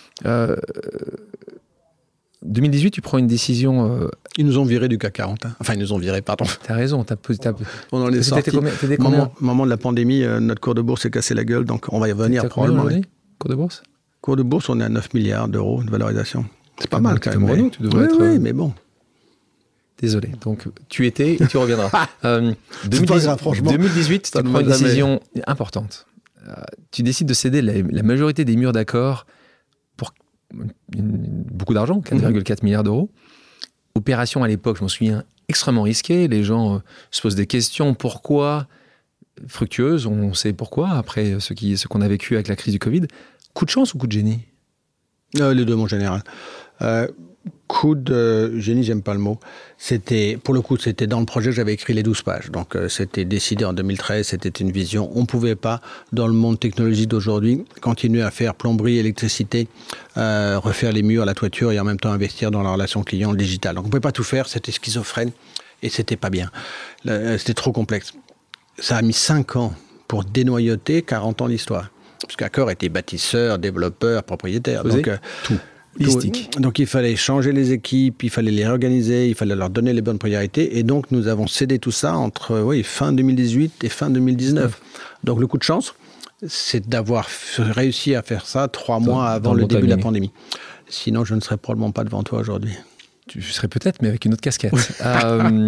[SPEAKER 2] 2018, tu prends une décision...
[SPEAKER 1] Ils nous ont virés du CAC 40. Hein. Enfin, ils nous ont virés, pardon.
[SPEAKER 2] T'as raison.
[SPEAKER 1] On en est sortis. Au moment de la pandémie, notre cours de bourse s'est cassé la gueule, donc on va y revenir probablement.
[SPEAKER 2] Cours de bourse?
[SPEAKER 1] Cours de bourse, on est à 9 milliards d'euros de valorisation. C'est pas mal quand même.
[SPEAKER 2] Renaud, tu devrais être...
[SPEAKER 1] Oui, mais bon.
[SPEAKER 2] Désolé. Donc, tu étais et tu reviendras. 2018, tu prends une décision importante. Tu décides de céder la majorité des murs d'Accor pour beaucoup d'argent, 4,4 milliards d'euros. Opération à l'époque, je m'en souviens, extrêmement risquée. Les gens se posent des questions. Pourquoi? Fructueuse, on sait pourquoi, après ce qu'on a vécu avec la crise du Covid. Coup de chance ou coup de génie?
[SPEAKER 1] Les deux, mon général. Coup de génie, j'aime pas le mot. Pour le coup, c'était dans le projet que j'avais écrit les 12 pages. Donc, c'était décidé en 2013, c'était une vision. On ne pouvait pas, dans le monde technologique d'aujourd'hui, continuer à faire plomberie, électricité, refaire les murs, la toiture et en même temps investir dans la relation client digitale. Donc, on ne pouvait pas tout faire, c'était schizophrène et c'était pas bien. C'était trop complexe. Ça a mis 5 ans pour dénoyauter 40 ans d'histoire. Parce qu'Accor était bâtisseur, développeur, propriétaire. Donc,
[SPEAKER 2] tout.
[SPEAKER 1] Donc il fallait changer les équipes, il fallait les réorganiser, il fallait leur donner les bonnes priorités. Et donc nous avons cédé tout ça entre fin 2018 et fin 2019. Donc le coup de chance, c'est d'avoir réussi à faire ça 3 mois avant le début de la pandémie. Sinon je ne serais probablement pas devant toi aujourd'hui.
[SPEAKER 2] Tu serais peut-être, mais avec une autre casquette.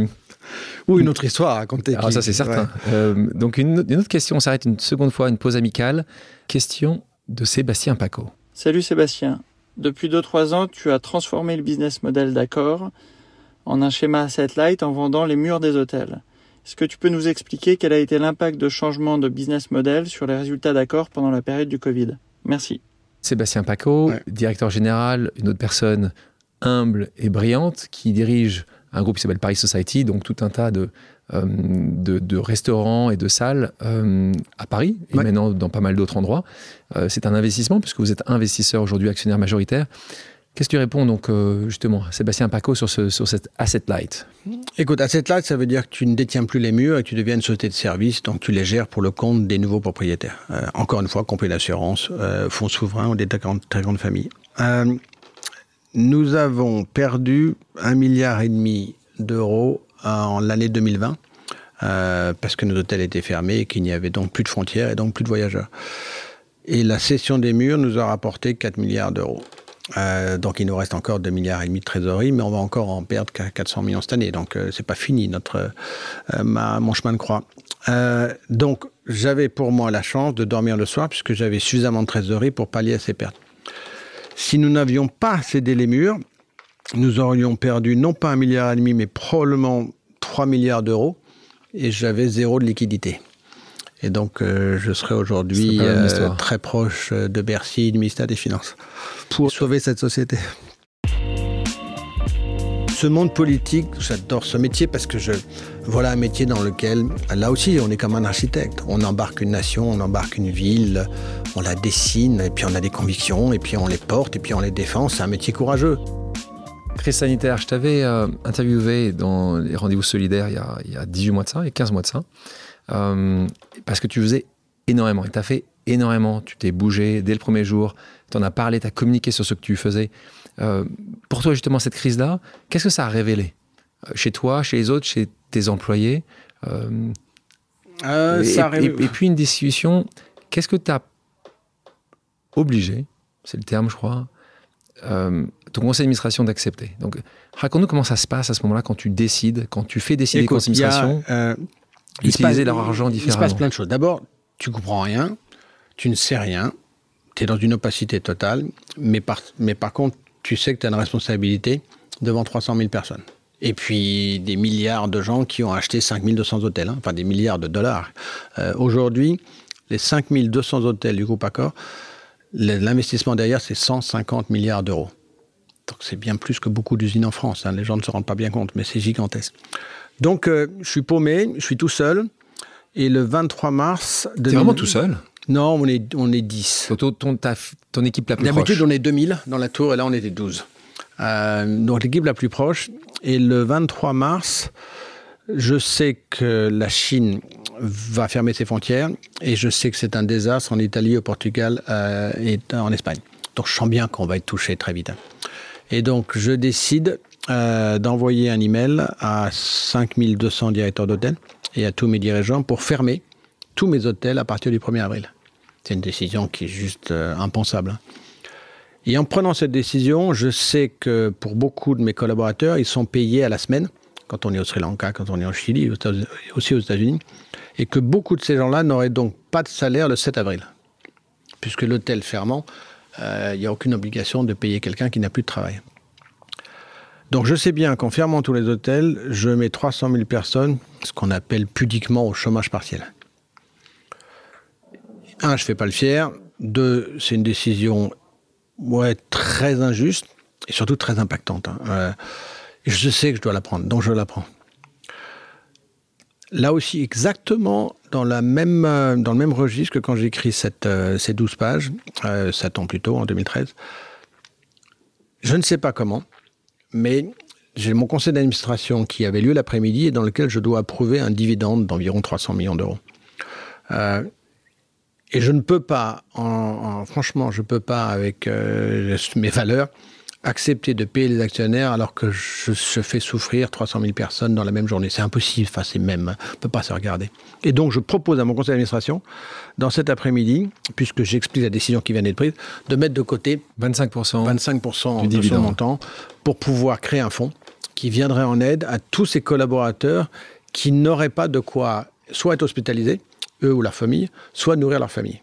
[SPEAKER 1] Ou une autre histoire à raconter.
[SPEAKER 2] Alors ça, c'est certain. Ouais. Donc, une autre question, on s'arrête une seconde fois, une pause amicale. Question de Sébastien Paco.
[SPEAKER 4] Salut Sébastien. Depuis 2-3 ans, tu as transformé le business model d'Accor en un schéma asset light en vendant les murs des hôtels. Est-ce que tu peux nous expliquer quel a été l'impact de changement de business model sur les résultats d'Accor pendant la période du Covid ? Merci.
[SPEAKER 2] Sébastien Paco, directeur général, une autre personne humble et brillante qui dirige un groupe qui s'appelle Paris Society, donc tout un tas de restaurants et de salles à Paris et maintenant dans pas mal d'autres endroits. C'est un investissement puisque vous êtes investisseur aujourd'hui, actionnaire majoritaire. Qu'est-ce que tu réponds donc justement Sébastien Paco sur cet asset light ?
[SPEAKER 1] Écoute, asset light, ça veut dire que tu ne détiens plus les murs et que tu deviens une société de service, donc tu les gères pour le compte des nouveaux propriétaires. Encore une fois, complet d'assurance, fonds souverains ou des très grandes familles. Nous avons perdu 1,5 milliard d'euros en l'année 2020 parce que nos hôtels étaient fermés et qu'il n'y avait donc plus de frontières et donc plus de voyageurs. Et la cession des murs nous a rapporté 4 milliards d'euros. Donc il nous reste encore 2,5 milliards de trésorerie, mais on va encore en perdre 400 millions cette année. Donc c'est pas fini mon chemin de croix. Donc j'avais pour moi la chance de dormir le soir puisque j'avais suffisamment de trésorerie pour pallier à ces pertes. Si nous n'avions pas cédé les murs, nous aurions perdu non pas 1,5 milliard, mais probablement 3 milliards d'euros et j'avais 0 de liquidité. Et donc, je serais aujourd'hui très proche de Bercy et du ministère des Finances pour sauver cette société. Ce monde politique, j'adore ce métier parce que voilà un métier dans lequel, là aussi, on est comme un architecte. On embarque une nation, on embarque une ville, on la dessine, et puis on a des convictions, et puis on les porte, et puis on les défend. C'est un métier courageux.
[SPEAKER 2] Crise sanitaire, je t'avais interviewé dans les rendez-vous solidaires il y a 18 mois de ça, il y a 15 mois de ça. Parce que tu faisais énormément et tu as fait énormément, tu t'es bougé dès le premier jour, tu en as parlé, tu as communiqué sur ce que tu faisais. Pour toi justement cette crise-là, qu'est-ce que ça a révélé chez toi, chez les autres, chez tes employés et puis une discussion, qu'est-ce que tu as obligé, c'est le terme je crois, ton conseil d'administration d'accepter. Donc raconte-nous comment ça se passe à ce moment-là quand tu décides, quand tu fais décider le conseil d'administration utiliser leur argent différemment.
[SPEAKER 1] Il se passe plein de choses. D'abord, tu comprends rien, tu ne sais rien, tu es dans une opacité totale, mais par contre, tu sais que tu as une responsabilité devant 300 000 personnes. Et puis, des milliards de gens qui ont acheté 5200 hôtels, enfin des milliards de dollars. Aujourd'hui, les 5200 hôtels du groupe Accor, l'investissement derrière, c'est 150 milliards d'euros. Donc c'est bien plus que beaucoup d'usines en France. Les gens ne se rendent pas bien compte, mais c'est gigantesque. Donc, je suis paumé, je suis tout seul. Et le 23 mars...
[SPEAKER 2] T'es vraiment tout seul ?
[SPEAKER 1] Non, on est 10.
[SPEAKER 2] Ton équipe la plus proche ?
[SPEAKER 1] D'habitude, on est 2000 dans la tour et là, on était 12. Donc, l'équipe la plus proche. Et le 23 mars, je sais que la Chine va fermer ses frontières et je sais que c'est un désastre en Italie, au Portugal et en Espagne. Donc, je sens bien qu'on va être touché très vite. Et donc, je décide d'envoyer un email à 5200 directeurs d'hôtels et à tous mes dirigeants pour fermer tous mes hôtels à partir du 1er avril. C'est une décision qui est juste impensable. Et en prenant cette décision, je sais que pour beaucoup de mes collaborateurs, ils sont payés à la semaine, quand on est au Sri Lanka, quand on est en Chili, aussi aux États-Unis, et que beaucoup de ces gens-là n'auraient donc pas de salaire le 7 avril. Puisque l'hôtel fermant, il n'y a aucune obligation de payer quelqu'un qui n'a plus de travail. Donc je sais bien qu'en fermant tous les hôtels, je mets 300 000 personnes, ce qu'on appelle pudiquement au chômage partiel. 1, je ne fais pas le fier. 2, c'est une décision très injuste et surtout très impactante. Je sais que je dois la prendre, donc je la prends. Là aussi, exactement dans le même registre que quand j'écris ces 12 pages, 7 ans plus tôt, en 2013. Je ne sais pas comment, mais j'ai mon conseil d'administration qui avait lieu l'après-midi et dans lequel je dois approuver un dividende d'environ 300 millions d'euros. Et je ne peux pas, franchement, je ne peux pas, avec mes valeurs, accepter de payer les actionnaires alors que je fais souffrir 300 000 personnes dans la même journée. C'est impossible, on ne peut pas se regarder. Et donc, je propose à mon conseil d'administration, dans cet après-midi, puisque j'explique la décision qui vient d'être prise, de mettre de côté 25% de son montant pour pouvoir créer un fonds qui viendrait en aide à tous ces collaborateurs qui n'auraient pas de quoi soit être hospitalisés, eux ou leur famille, soit nourrir leur famille.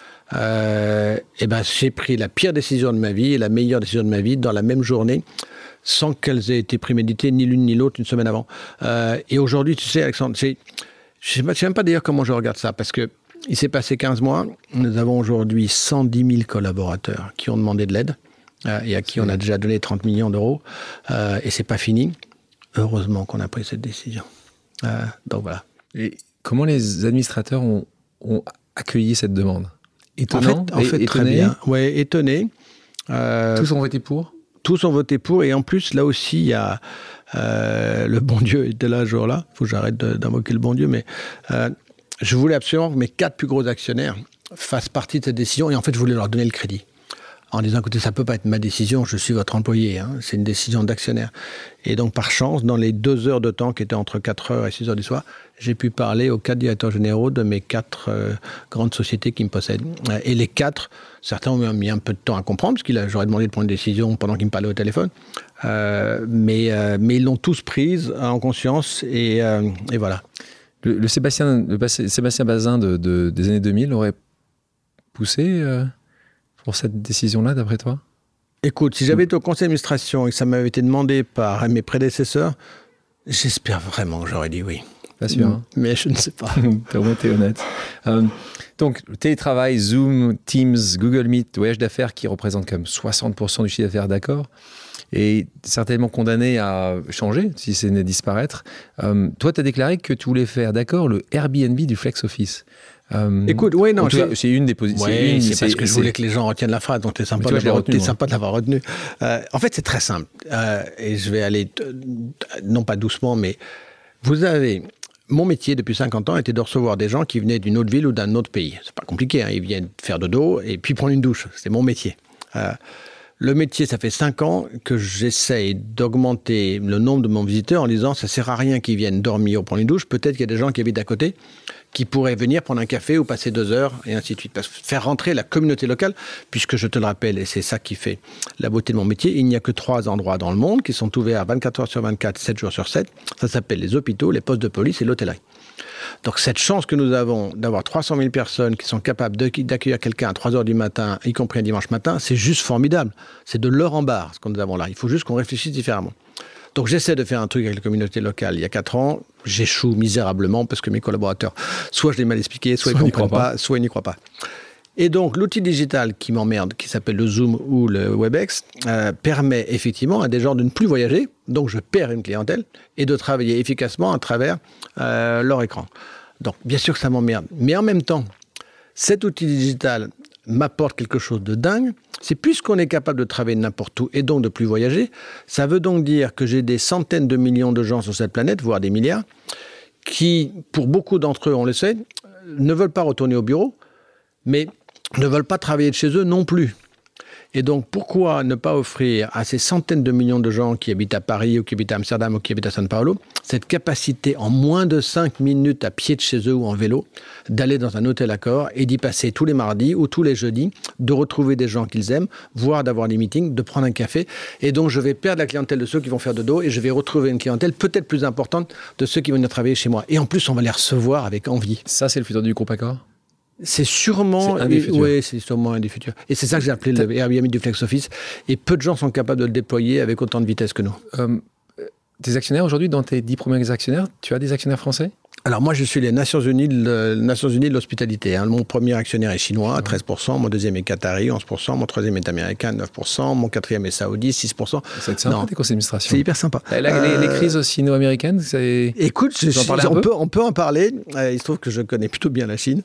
[SPEAKER 1] J'ai pris la pire décision de ma vie et la meilleure décision de ma vie dans la même journée, sans qu'elles aient été préméditées ni l'une ni l'autre une semaine avant. Et aujourd'hui, tu sais, Alexandre, je ne sais même pas d'ailleurs comment je regarde ça, parce que il s'est passé 15 mois, nous avons aujourd'hui 110 000 collaborateurs qui ont demandé de l'aide et à qui on a déjà donné 30 millions d'euros. Et ce n'est pas fini. Heureusement qu'on a pris cette décision. Donc voilà.
[SPEAKER 2] Et comment les administrateurs ont accueilli cette demande? Étonnant,
[SPEAKER 1] en fait très bien. Ouais, étonné.
[SPEAKER 2] Tous ont voté pour?
[SPEAKER 1] Tous ont voté pour. Et en plus, là aussi, il y a le bon Dieu était là ce jour-là. Il faut que j'arrête d'invoquer le bon Dieu. Mais je voulais absolument que mes 4 plus gros actionnaires fassent partie de cette décision. Et en fait, je voulais leur donner le crédit. En disant, écoutez, ça ne peut pas être ma décision, je suis votre employé, hein, c'est une décision d'actionnaire. Et donc, par chance, dans les 2 heures de temps qui étaient entre 4 heures et 6 heures du soir, j'ai pu parler aux 4 directeurs généraux de mes 4 grandes sociétés qui me possèdent. Et les 4, certains ont mis un peu de temps à comprendre, parce que j'aurais demandé de prendre une décision pendant qu'ils me parlaient au téléphone. Mais ils l'ont tous prise en conscience, et voilà.
[SPEAKER 2] Le Sébastien Bazin des années 2000 aurait poussé pour cette décision-là, d'après toi?
[SPEAKER 1] Écoute, si j'avais été au conseil d'administration et que ça m'avait été demandé par mes prédécesseurs, j'espère vraiment que j'aurais dit oui.
[SPEAKER 2] Pas sûr. Hein.
[SPEAKER 1] Mais je ne sais pas.
[SPEAKER 2] T'es honnête. Donc, télétravail, Zoom, Teams, Google Meet, voyage d'affaires qui représentent comme 60% du chiffre d'affaires, d'accord, et certainement condamné à changer si c'est né disparaître. Toi, tu as déclaré que tu voulais faire, d'accord, le Airbnb du flex office.
[SPEAKER 1] Écoute, oui, non.
[SPEAKER 2] C'est une des positions.
[SPEAKER 1] Oui, c'est parce que je voulais que les gens retiennent la phrase, donc c'est sympa de l'avoir retenu. En fait, c'est très simple. Et je vais aller, non pas doucement, mais vous avez... Mon métier depuis 50 ans était de recevoir des gens qui venaient d'une autre ville ou d'un autre pays. C'est pas compliqué, hein, ils viennent faire dodo et puis prendre une douche. C'est mon métier. Le métier, ça fait 5 ans que j'essaye d'augmenter le nombre de mon visiteurs en disant ça sert à rien qu'ils viennent dormir ou prendre une douche. Peut-être qu'il y a des gens qui habitent à côté qui pourraient venir prendre un café ou passer 2 heures et ainsi de suite. Parce que faire rentrer la communauté locale, puisque je te le rappelle, et c'est ça qui fait la beauté de mon métier, il n'y a que 3 endroits dans le monde qui sont ouverts 24 heures sur 24, 7 jours sur 7. Ça s'appelle les hôpitaux, les postes de police et l'hôtellerie. Donc cette chance que nous avons d'avoir 300 000 personnes qui sont capables d'accueillir quelqu'un à 3 heures du matin, y compris un dimanche matin, c'est juste formidable. C'est de l'heure en barre ce que nous avons là. Il faut juste qu'on réfléchisse différemment. Donc j'essaie de faire un truc avec la communauté locale. Il y a 4 ans, j'échoue misérablement parce que mes collaborateurs, soit je l'ai mal expliqué, soit ils ne comprennent pas, soit ils n'y croient pas. Et donc l'outil digital qui m'emmerde, qui s'appelle le Zoom ou le WebEx, permet effectivement à des gens de ne plus voyager, donc je perds une clientèle, et de travailler efficacement à travers leur écran. Donc bien sûr que ça m'emmerde. Mais en même temps, cet outil digital m'apporte quelque chose de dingue, c'est puisqu'on est capable de travailler n'importe où et donc de plus voyager, ça veut donc dire que j'ai des centaines de millions de gens sur cette planète, voire des milliards, qui, pour beaucoup d'entre eux, on le sait, ne veulent pas retourner au bureau, mais ne veulent pas travailler de chez eux non plus. Et donc, pourquoi ne pas offrir à ces centaines de millions de gens qui habitent à Paris ou qui habitent à Amsterdam ou qui habitent à São Paulo, cette capacité en moins de 5 minutes à pied de chez eux ou en vélo, d'aller dans un hôtel Accor et d'y passer tous les mardis ou tous les jeudis, de retrouver des gens qu'ils aiment, voire d'avoir des meetings, de prendre un café. Et donc, je vais perdre la clientèle de ceux qui vont faire dodo et je vais retrouver une clientèle peut-être plus importante de ceux qui vont venir travailler chez moi. Et en plus, on va les recevoir avec envie.
[SPEAKER 2] Ça, c'est le futur du groupe Accor ?
[SPEAKER 1] C'est sûrement un des futurs. Oui, c'est sûrement un des futurs. Et c'est ça que j'ai appelé le Airbnb du Flex Office. Et peu de gens sont capables de le déployer avec autant de vitesse que nous.
[SPEAKER 2] Tes actionnaires aujourd'hui, dans tes 10 premiers actionnaires, tu as des actionnaires français ?
[SPEAKER 1] Alors moi, je suis les Nations Unies de l'hospitalité. Hein. Mon premier actionnaire est chinois, à 13%. Mon deuxième est qatari, 11%. Mon troisième est américain, 9%. Mon quatrième est saoudi, 6%.
[SPEAKER 2] C'est sympa, tes conseils d'administration.
[SPEAKER 1] C'est hyper sympa.
[SPEAKER 2] Les crises sino-américaines, c'est...
[SPEAKER 1] Écoute, on peut en parler. Il se trouve que je connais plutôt bien la Chine.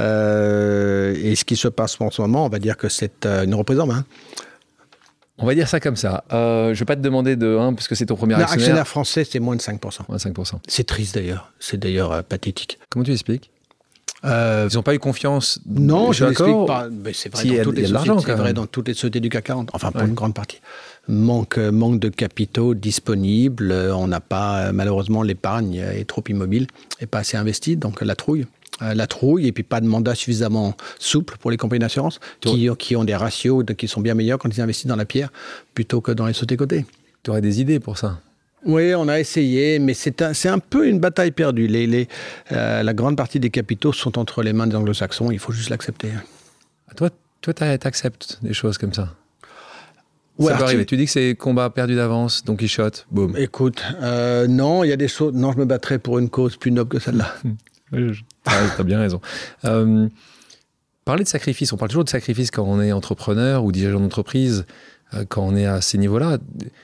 [SPEAKER 1] Et ce qui se passe en ce moment, on va dire que c'est une reprise en main.
[SPEAKER 2] On va dire ça comme ça. Je ne vais pas te demander parce que c'est ton premier actionnaire.
[SPEAKER 1] Actionnaire français, c'est moins de 5%.
[SPEAKER 2] Moins de 5%.
[SPEAKER 1] C'est triste d'ailleurs. C'est d'ailleurs pathétique.
[SPEAKER 2] Comment tu expliques ? Ils n'ont pas eu confiance.
[SPEAKER 1] Non, je ne l'explique pas. Mais c'est vrai, dans toutes les sociétés du CAC 40. Enfin, pour une grande partie. Manque de capitaux disponibles. On n'a pas, malheureusement, l'épargne est trop immobile et pas assez investie. Donc, la trouille et puis pas de mandat suffisamment souple pour les compagnies d'assurance qui ont des ratios qui sont bien meilleurs quand ils investissent dans la pierre plutôt que dans les sociétés cotées.
[SPEAKER 2] Tu aurais des idées pour ça ?
[SPEAKER 1] Oui, on a essayé, mais c'est un peu une bataille perdue. La grande partie des capitaux sont entre les mains des anglo-saxons, il faut juste l'accepter.
[SPEAKER 2] Toi, t'acceptes des choses comme ça?
[SPEAKER 1] Ouais,
[SPEAKER 2] ça peut arriver. Tu dis que c'est combat perdu d'avance, Don Quichotte, boum.
[SPEAKER 1] Écoute, non, il y a des choses... Non, je me battrais pour une cause plus noble que celle-là.
[SPEAKER 2] T'as bien raison. Parler de sacrifice, on parle toujours de sacrifice quand on est entrepreneur ou dirigeant d'entreprise, quand on est à ces niveaux-là.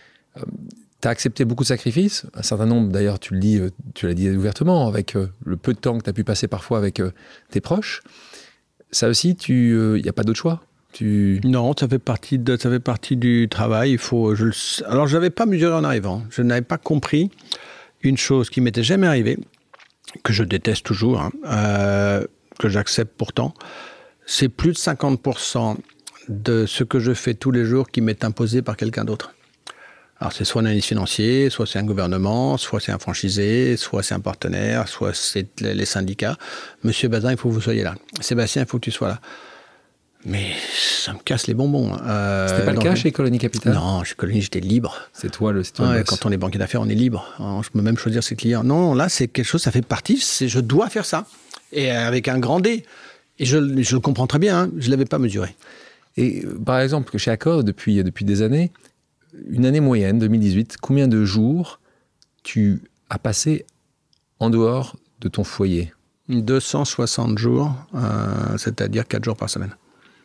[SPEAKER 2] Tu as accepté beaucoup de sacrifices, un certain nombre, d'ailleurs, tu l'as dit ouvertement, avec le peu de temps que tu as pu passer parfois avec tes proches. Ça aussi, il n'y a pas d'autre choix.
[SPEAKER 1] Non, ça fait partie du travail. Alors, je n'avais pas mesuré en arrivant. Je n'avais pas compris une chose qui m'était jamais arrivée, que je déteste toujours, que j'accepte pourtant. C'est plus de 50% de ce que je fais tous les jours qui m'est imposé par quelqu'un d'autre. Alors, c'est soit un analyste financier, soit c'est un gouvernement, soit c'est un franchisé, soit c'est un partenaire, soit c'est les syndicats. Monsieur Bazin, il faut que vous soyez là. Sébastien, il faut que tu sois là. Mais ça me casse les bonbons.
[SPEAKER 2] C'était pas le cas chez Colony Capital?
[SPEAKER 1] Non, chez Colony, j'étais libre.
[SPEAKER 2] C'est toi le
[SPEAKER 1] boss. Quand on est banquier d'affaires, on est libre. Je peux même choisir ses clients. Non, là, c'est quelque chose, ça fait partie. Je dois faire ça. Et avec un grand D. Et je le comprends très bien. Je ne l'avais pas mesuré.
[SPEAKER 2] Et par exemple, chez Accor, depuis des années, une année moyenne, 2018, combien de jours tu as passé en dehors de ton foyer?
[SPEAKER 1] 260 jours, c'est-à-dire 4 jours par semaine.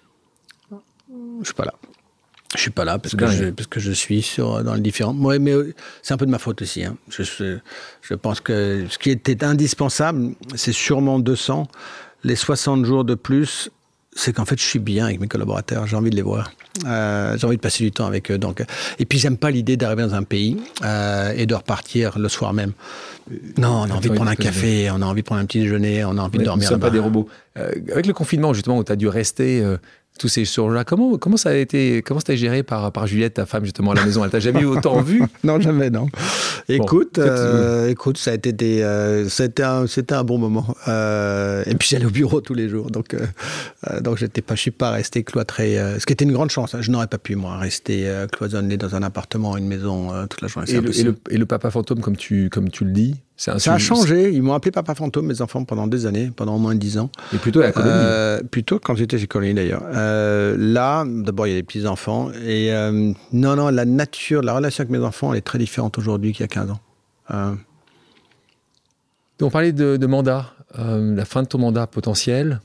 [SPEAKER 1] Je suis pas là. Je suis pas là parce que je suis dans le différent. Ouais, mais c'est un peu de ma faute aussi. Je pense que ce qui était indispensable, c'est sûrement 200. Les 60 jours de plus, c'est qu'en fait, je suis bien avec mes collaborateurs. J'ai envie de les voir. J'ai envie de passer du temps avec eux. Et puis, j'aime pas l'idée d'arriver dans un pays et de repartir le soir même. Non, on a envie de prendre un café, on a envie de prendre un petit déjeuner, on a envie de dormir.
[SPEAKER 2] Nous ne sommes pas des robots. Avec le confinement, justement, où tu as dû rester tous ces jours-là, comment ça a été, comment c'était géré par Juliette, ta femme, justement, à la maison? Elle t'a jamais eu autant vu?
[SPEAKER 1] Non, jamais, non. Écoute, ça a été c'était un bon moment. Et puis j'allais au bureau tous les jours, donc je suis pas resté cloîtré. Ce qui était une grande chance. Je n'aurais pas pu, moi, rester cloisonné dans un appartement, une maison toute la journée.
[SPEAKER 2] Et le papa fantôme, comme tu le dis,
[SPEAKER 1] ça a changé. Ils m'ont appelé papa fantôme, mes enfants, pendant des années, pendant au moins 10 ans.
[SPEAKER 2] Et plutôt à la Colonie.
[SPEAKER 1] Plutôt quand j'étais chez Colonie, d'ailleurs. Là, d'abord, il y a les petits-enfants. Et non, la nature, la relation avec mes enfants, elle est très différente aujourd'hui qu'il y a 15 ans.
[SPEAKER 2] On parlait de mandat, la fin de ton mandat potentiel.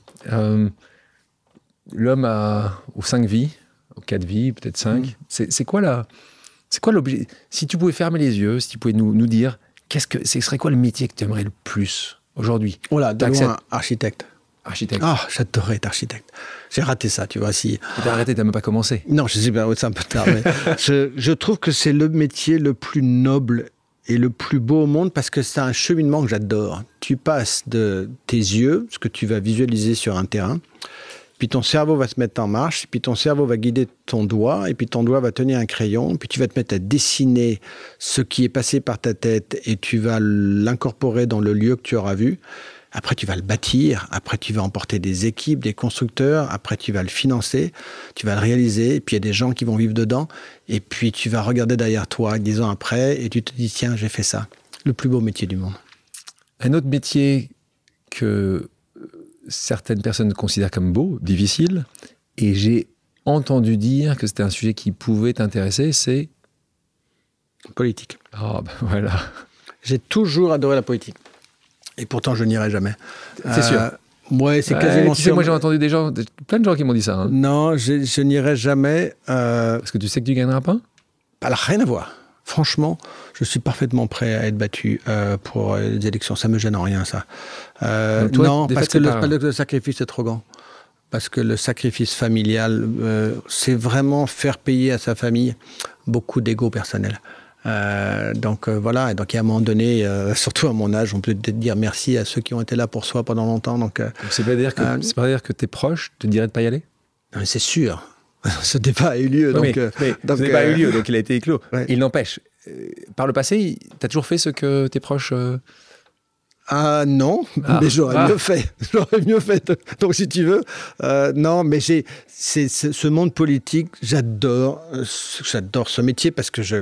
[SPEAKER 2] L'homme aux 5 vies, aux 4 vies, peut-être 5. C'est quoi l'objet? Si tu pouvais fermer les yeux, si tu pouvais nous dire, ce serait quoi le métier que tu aimerais le plus aujourd'hui?
[SPEAKER 1] Oh là, de loin, architecte.
[SPEAKER 2] Architecte.
[SPEAKER 1] Ah, j'adorerais être architecte. J'ai raté ça, tu vois. Si...
[SPEAKER 2] T'as arrêté, t'as même pas commencé.
[SPEAKER 1] Non, je sais pas, c'est un peu tard. Mais je trouve que c'est le métier le plus noble et le plus beau au monde parce que c'est un cheminement que j'adore. Tu passes de tes yeux, ce que tu vas visualiser sur un terrain, puis ton cerveau va se mettre en marche, puis ton cerveau va guider ton doigt, et puis ton doigt va tenir un crayon, puis tu vas te mettre à dessiner ce qui est passé par ta tête, et tu vas l'incorporer dans le lieu que tu auras vu. Après, tu vas le bâtir. Après, tu vas emporter des équipes, des constructeurs. Après, tu vas le financer. Tu vas le réaliser. Et puis, il y a des gens qui vont vivre dedans. Et puis, tu vas regarder derrière toi 10 ans après et tu te dis, tiens, j'ai fait ça. Le plus beau métier du monde.
[SPEAKER 2] Un autre métier que certaines personnes considèrent comme beau, difficile, et j'ai entendu dire que c'était un sujet qui pouvait t'intéresser, c'est...
[SPEAKER 1] Politique.
[SPEAKER 2] Ah, ben voilà.
[SPEAKER 1] J'ai toujours adoré la politique. Et pourtant, je n'irai jamais.
[SPEAKER 2] C'est sûr.
[SPEAKER 1] Ouais, c'est quasiment sûr.
[SPEAKER 2] Moi, j'ai entendu plein de gens qui m'ont dit ça.
[SPEAKER 1] Non, je n'irai jamais.
[SPEAKER 2] Parce que tu sais que tu gagneras pas?
[SPEAKER 1] Alors, rien à voir. Franchement, je suis parfaitement prêt à être battu pour les élections. Ça me gêne en rien, ça. Non, parce que le sacrifice est trop grand. Parce que le sacrifice familial, c'est vraiment faire payer à sa famille beaucoup d'ego personnel. Voilà, et donc à un moment donné, surtout à mon âge, on peut peut-être dire merci à ceux qui ont été là pour soi pendant longtemps. Donc
[SPEAKER 2] c'est pas dire que tes proches te diraient de pas y aller?
[SPEAKER 1] Non, mais c'est sûr. Ce débat a eu lieu.
[SPEAKER 2] Oui, donc ce débat a eu lieu, donc il a été éclos. Ouais. Il n'empêche, par le passé, tu as toujours fait ce que tes proches...
[SPEAKER 1] Non, mais j'aurais mieux fait. J'aurais mieux fait. Donc, si tu veux, non, mais ce monde politique, j'adore ce métier parce que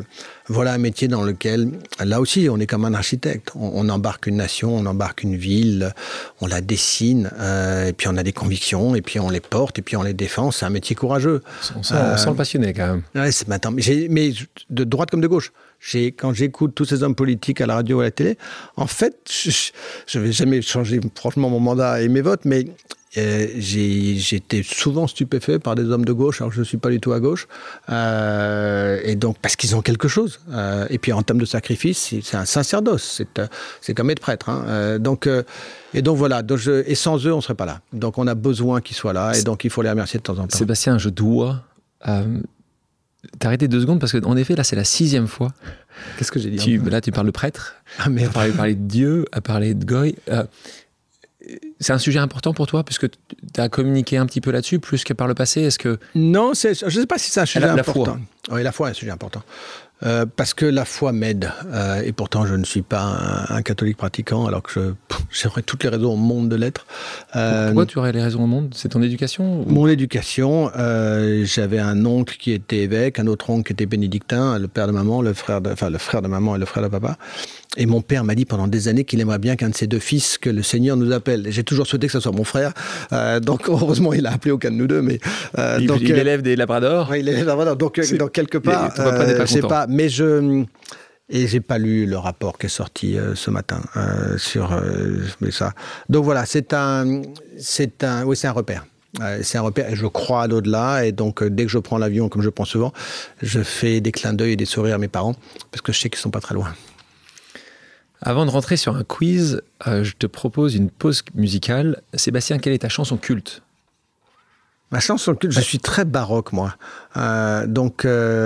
[SPEAKER 1] Voilà un métier dans lequel, là aussi, on est comme un architecte. On embarque une nation, on embarque une ville, on la dessine, et puis on a des convictions, et puis on les porte, et puis on les défend. C'est un métier courageux.
[SPEAKER 2] On sent le passionné quand même.
[SPEAKER 1] Ouais, mais de droite comme de gauche. Quand j'écoute tous ces hommes politiques à la radio ou à la télé, en fait, je ne vais jamais changer franchement mon mandat et mes votes, mais j'étais souvent stupéfait par des hommes de gauche, alors que je ne suis pas du tout à gauche, et donc parce qu'ils ont quelque chose. Et puis en termes de sacrifice, c'est un sacerdoce, c'est comme être prêtre. Hein. Et donc voilà, et sans eux, on ne serait pas là. Donc on a besoin qu'ils soient là, et donc il faut les remercier de temps en temps.
[SPEAKER 2] Sébastien, je dois t'arrêter 2 secondes, parce qu'en effet, là, c'est la 6e fois.
[SPEAKER 1] Qu'est-ce que j'ai dit?
[SPEAKER 2] Là, tu parles de prêtre,
[SPEAKER 1] ah, merde.
[SPEAKER 2] à parler de Dieu, à parler de Goy. C'est un sujet important pour toi, puisque tu as communiqué un petit peu là-dessus, plus que par le passé. Est-ce que...
[SPEAKER 1] Non, je ne sais pas si c'est un sujet important.
[SPEAKER 2] La foi.
[SPEAKER 1] Oui, la foi est un sujet important. Parce que la foi m'aide. Et pourtant, je ne suis pas un catholique pratiquant, alors que j'aurais toutes les raisons au monde de l'être.
[SPEAKER 2] Pourquoi tu aurais les raisons au monde? C'est ton éducation ou...
[SPEAKER 1] Mon éducation, j'avais un oncle qui était évêque, un autre oncle qui était bénédictin, le père de maman, le frère de maman et le frère de papa. Et mon père m'a dit pendant des années qu'il aimerait bien qu'un de ses 2 fils, que le Seigneur nous appelle. Et j'ai toujours souhaité que ce soit mon frère. Donc heureusement, il a appelé aucun de nous 2. Mais,
[SPEAKER 2] il élève des labradors.
[SPEAKER 1] Oui, il élève des labradors. Donc quelque part, je sais pas. Mais j'ai pas lu le rapport qui est sorti ce matin sur ça. Donc voilà, c'est un repère. C'est un repère et je crois à l'au-delà. Et donc, dès que je prends l'avion, comme je prends souvent, je fais des clins d'œil et des sourires à mes parents parce que je sais qu'ils sont pas très loin.
[SPEAKER 2] Avant de rentrer sur un quiz, je te propose une pause musicale. Sébastien, quelle est ta chanson culte?
[SPEAKER 1] Ma chanson culte, je suis très baroque, moi. Donc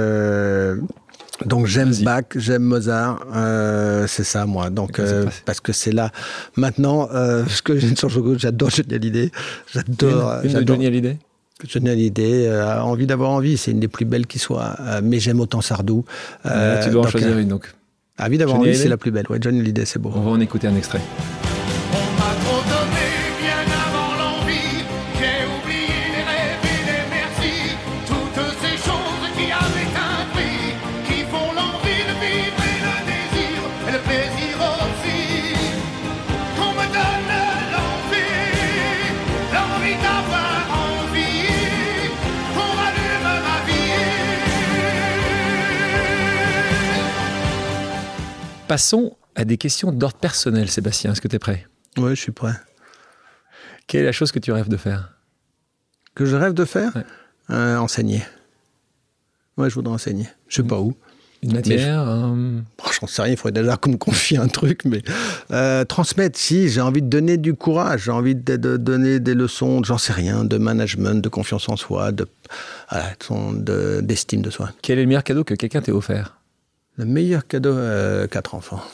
[SPEAKER 1] j'aime Bach, j'aime Mozart, c'est ça, moi. Donc, parce que c'est là. Maintenant, ce que j'ai une chanson culte, j'adore Johnny Hallyday. J'adore
[SPEAKER 2] Johnny Hallyday.
[SPEAKER 1] Johnny Hallyday, envie d'avoir envie, c'est une des plus belles qui soit. Mais j'aime autant Sardou.
[SPEAKER 2] Tu dois en choisir une, donc.
[SPEAKER 1] Envie d'avoir envie, c'est la plus belle. Ouais, Johnny Hallyday, c'est beau.
[SPEAKER 2] On va en écouter un extrait.
[SPEAKER 5] On m'a trop donné bien avant l'envie. J'ai oublié les rêves et les merci. Toutes ces choses qui avaient un prix, qui font l'envie de vivre et le désir et le plaisir aussi. Qu'on me donne l'envie d'avoir envie, qu'on rallume ma vie.
[SPEAKER 2] Passons à des questions d'ordre personnel, Sébastien. Est-ce que tu es prêt?
[SPEAKER 1] Oui, je suis prêt.
[SPEAKER 2] Quelle est la chose que tu rêves de faire?
[SPEAKER 1] Que je rêve de faire?
[SPEAKER 2] Ouais.
[SPEAKER 1] Enseigner. Ouais, je voudrais enseigner. Je sais pas où.
[SPEAKER 2] Une matière
[SPEAKER 1] J'en sais rien, il faudrait déjà qu'on me confie un truc, mais transmettre, si, j'ai envie de donner du courage, j'ai envie de donner des leçons, j'en sais rien, de management, de confiance en soi, d'estime de soi.
[SPEAKER 2] Quel est le meilleur cadeau que quelqu'un t'ait offert?
[SPEAKER 1] Le meilleur cadeau, 4 enfants.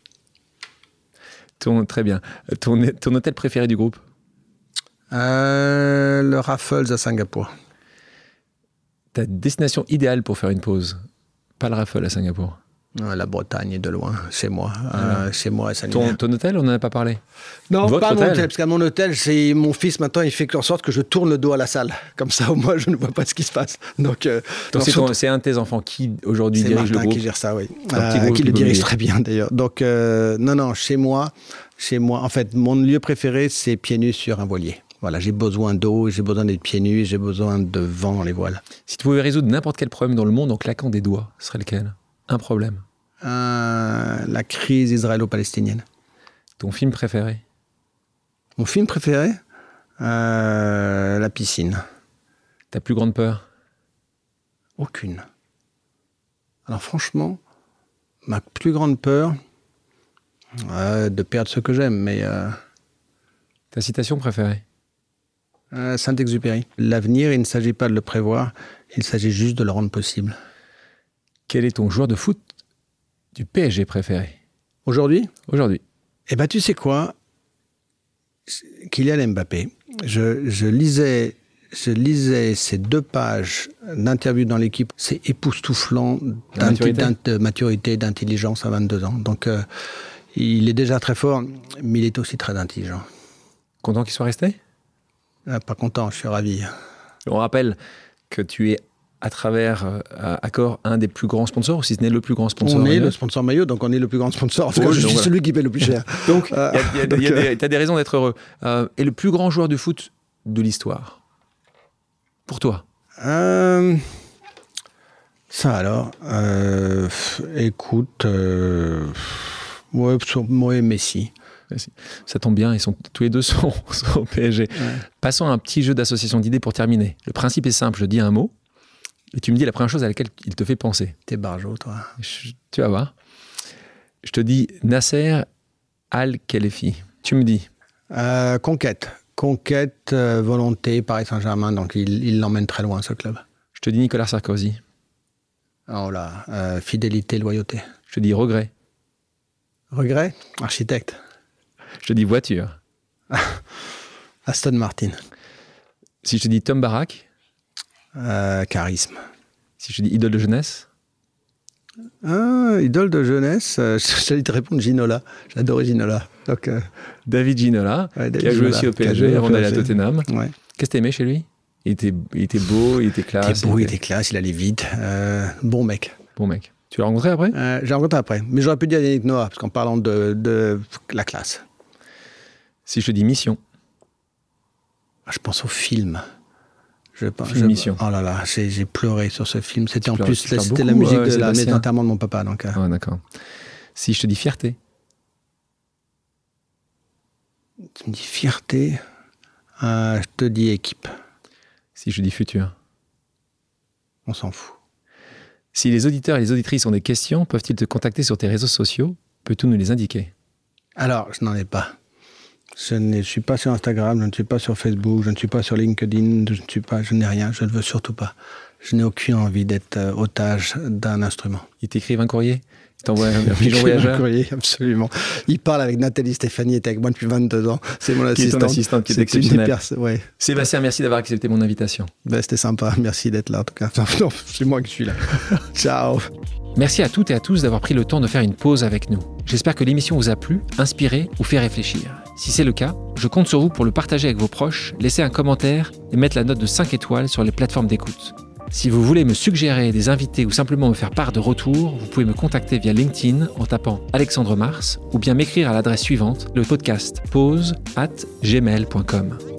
[SPEAKER 2] Très bien. Ton hôtel préféré du groupe?
[SPEAKER 1] Le Raffles à Singapour.
[SPEAKER 2] Ta destination idéale pour faire une pause? Pas le Raffles à Singapour.
[SPEAKER 1] La Bretagne est de loin, chez moi. Chez moi à
[SPEAKER 2] ton hôtel, on n'en a pas parlé?
[SPEAKER 1] Non,
[SPEAKER 2] Votre
[SPEAKER 1] pas
[SPEAKER 2] hôtel?
[SPEAKER 1] mon hôtel, parce qu'à mon hôtel, c'est mon fils maintenant, il fait en sorte que je tourne le dos à la salle. Comme ça, au moins, je ne vois pas ce qui se passe. Donc
[SPEAKER 2] c'est un de tes enfants qui, aujourd'hui, dirige
[SPEAKER 1] Martin
[SPEAKER 2] le groupe?
[SPEAKER 1] qui gère ça, oui.
[SPEAKER 2] Qui
[SPEAKER 1] le dirige très bien, d'ailleurs. Donc, non, chez moi, en fait, mon lieu préféré, c'est pieds nus sur un voilier. Voilà, j'ai besoin d'eau, j'ai besoin d'être pieds nus, j'ai besoin de vent dans les voiles.
[SPEAKER 2] Si tu pouvais résoudre n'importe quel problème dans le monde en claquant des doigts, ce serait lequel? Un problème.
[SPEAKER 1] La crise israélo-palestinienne.
[SPEAKER 2] Ton film préféré?
[SPEAKER 1] Mon film préféré? La piscine.
[SPEAKER 2] Ta plus grande peur?
[SPEAKER 1] Aucune. Alors franchement, ma plus grande peur, de perdre ce que j'aime, mais...
[SPEAKER 2] Ta citation préférée?
[SPEAKER 1] Saint-Exupéry. L'avenir, il ne s'agit pas de le prévoir, il s'agit juste de le rendre possible.
[SPEAKER 2] Quel est ton joueur de foot du PSG préféré?
[SPEAKER 1] Aujourd'hui?
[SPEAKER 2] Eh
[SPEAKER 1] ben, tu sais quoi? Kylian Mbappé. Je lisais ces 2 pages d'interview dans l'équipe. C'est époustouflant de maturité, d'intelligence à 22 ans. Donc, il est déjà très fort, mais il est aussi très intelligent.
[SPEAKER 2] Content qu'il soit resté?
[SPEAKER 1] Pas content, je suis ravi.
[SPEAKER 2] On rappelle que tu es à travers Accor, un des plus grands sponsors, ou si ce n'est le plus grand sponsor.
[SPEAKER 1] On est le sponsor maillot, donc on est le plus grand sponsor. En tout cas, je suis celui qui paie le plus cher.
[SPEAKER 2] Donc, tu as des raisons d'être heureux. Et le plus grand joueur de foot de l'histoire, pour toi?
[SPEAKER 1] Ça alors, écoute, moi et Messi.
[SPEAKER 2] Ça tombe bien, tous les deux sont au PSG. Ouais. Passons à un petit jeu d'association d'idées pour terminer. Le principe est simple, je dis un mot, et tu me dis la première chose à laquelle il te fait penser.
[SPEAKER 1] T'es barjot, toi.
[SPEAKER 2] Tu vas voir. Je te dis Nasser Al-Khelaifi. Tu me dis
[SPEAKER 1] Conquête. Conquête, volonté, Paris Saint-Germain, donc il l'emmène très loin, ce club.
[SPEAKER 2] Je te dis Nicolas Sarkozy.
[SPEAKER 1] Oh là, fidélité, loyauté.
[SPEAKER 2] Je te dis regret.
[SPEAKER 1] Regret, architecte.
[SPEAKER 2] Je te dis voiture.
[SPEAKER 1] Aston Martin.
[SPEAKER 2] Si je te dis Tom Barak.
[SPEAKER 1] Charisme.
[SPEAKER 2] Si je te dis idole de jeunesse.
[SPEAKER 1] Idole de jeunesse, j'allais te répondre Ginola. J'adorais Ginola. Donc,
[SPEAKER 2] David Ginola, qui a joué aussi au PSG avant d'aller à Tottenham.
[SPEAKER 1] Ouais.
[SPEAKER 2] Qu'est-ce que tu aimais chez lui? Il était beau, il était classe.
[SPEAKER 1] Il était classe, il allait vite. Bon mec.
[SPEAKER 2] Bon mec. Tu l'as rencontré après?
[SPEAKER 1] J'ai rencontré après. Mais j'aurais pu dire Yannick Noah, parce qu'en parlant de la classe.
[SPEAKER 2] Si je te dis mission.
[SPEAKER 1] Je pense au film.
[SPEAKER 2] Mission.
[SPEAKER 1] Oh là là, j'ai pleuré sur ce film. C'était en plus c'était la musique de la maison d'enterrement de mon papa. Donc,
[SPEAKER 2] Oh, d'accord. Si je te dis fierté.
[SPEAKER 1] Tu me dis fierté. Je te dis équipe.
[SPEAKER 2] Si je dis futur.
[SPEAKER 1] On s'en fout.
[SPEAKER 2] Si les auditeurs et les auditrices ont des questions, peuvent-ils te contacter sur tes réseaux sociaux? Peux-tu nous les indiquer?
[SPEAKER 1] Alors, je n'en ai pas. Je ne suis pas sur Instagram, je ne suis pas sur Facebook, je ne suis pas sur LinkedIn, je n'ai rien, je ne veux surtout pas. Je n'ai aucune envie d'être otage d'un instrument.
[SPEAKER 2] Ils t'écrivent un courrier? Ils t'envoient un pigeon voyageur?
[SPEAKER 1] Un courrier, absolument. Il parle avec Nathalie Stéphanie, était avec moi depuis 22 ans. C'est mon assistante.
[SPEAKER 2] Qui est ton assistante, qui est exceptionnelle.
[SPEAKER 1] Ouais.
[SPEAKER 2] Sébastien, merci d'avoir accepté mon invitation.
[SPEAKER 1] C'était sympa, merci d'être là en tout cas. Non, c'est moi qui suis là. Ciao.
[SPEAKER 2] Merci à toutes et à tous d'avoir pris le temps de faire une pause avec nous. J'espère que l'émission vous a plu, inspiré ou fait réfléchir. Si c'est le cas, je compte sur vous pour le partager avec vos proches, laisser un commentaire et mettre la note de 5 étoiles sur les plateformes d'écoute. Si vous voulez me suggérer des invités ou simplement me faire part de retours, vous pouvez me contacter via LinkedIn en tapant Alexandre Mars ou bien m'écrire à l'adresse suivante, le podcast pause@gmail.com.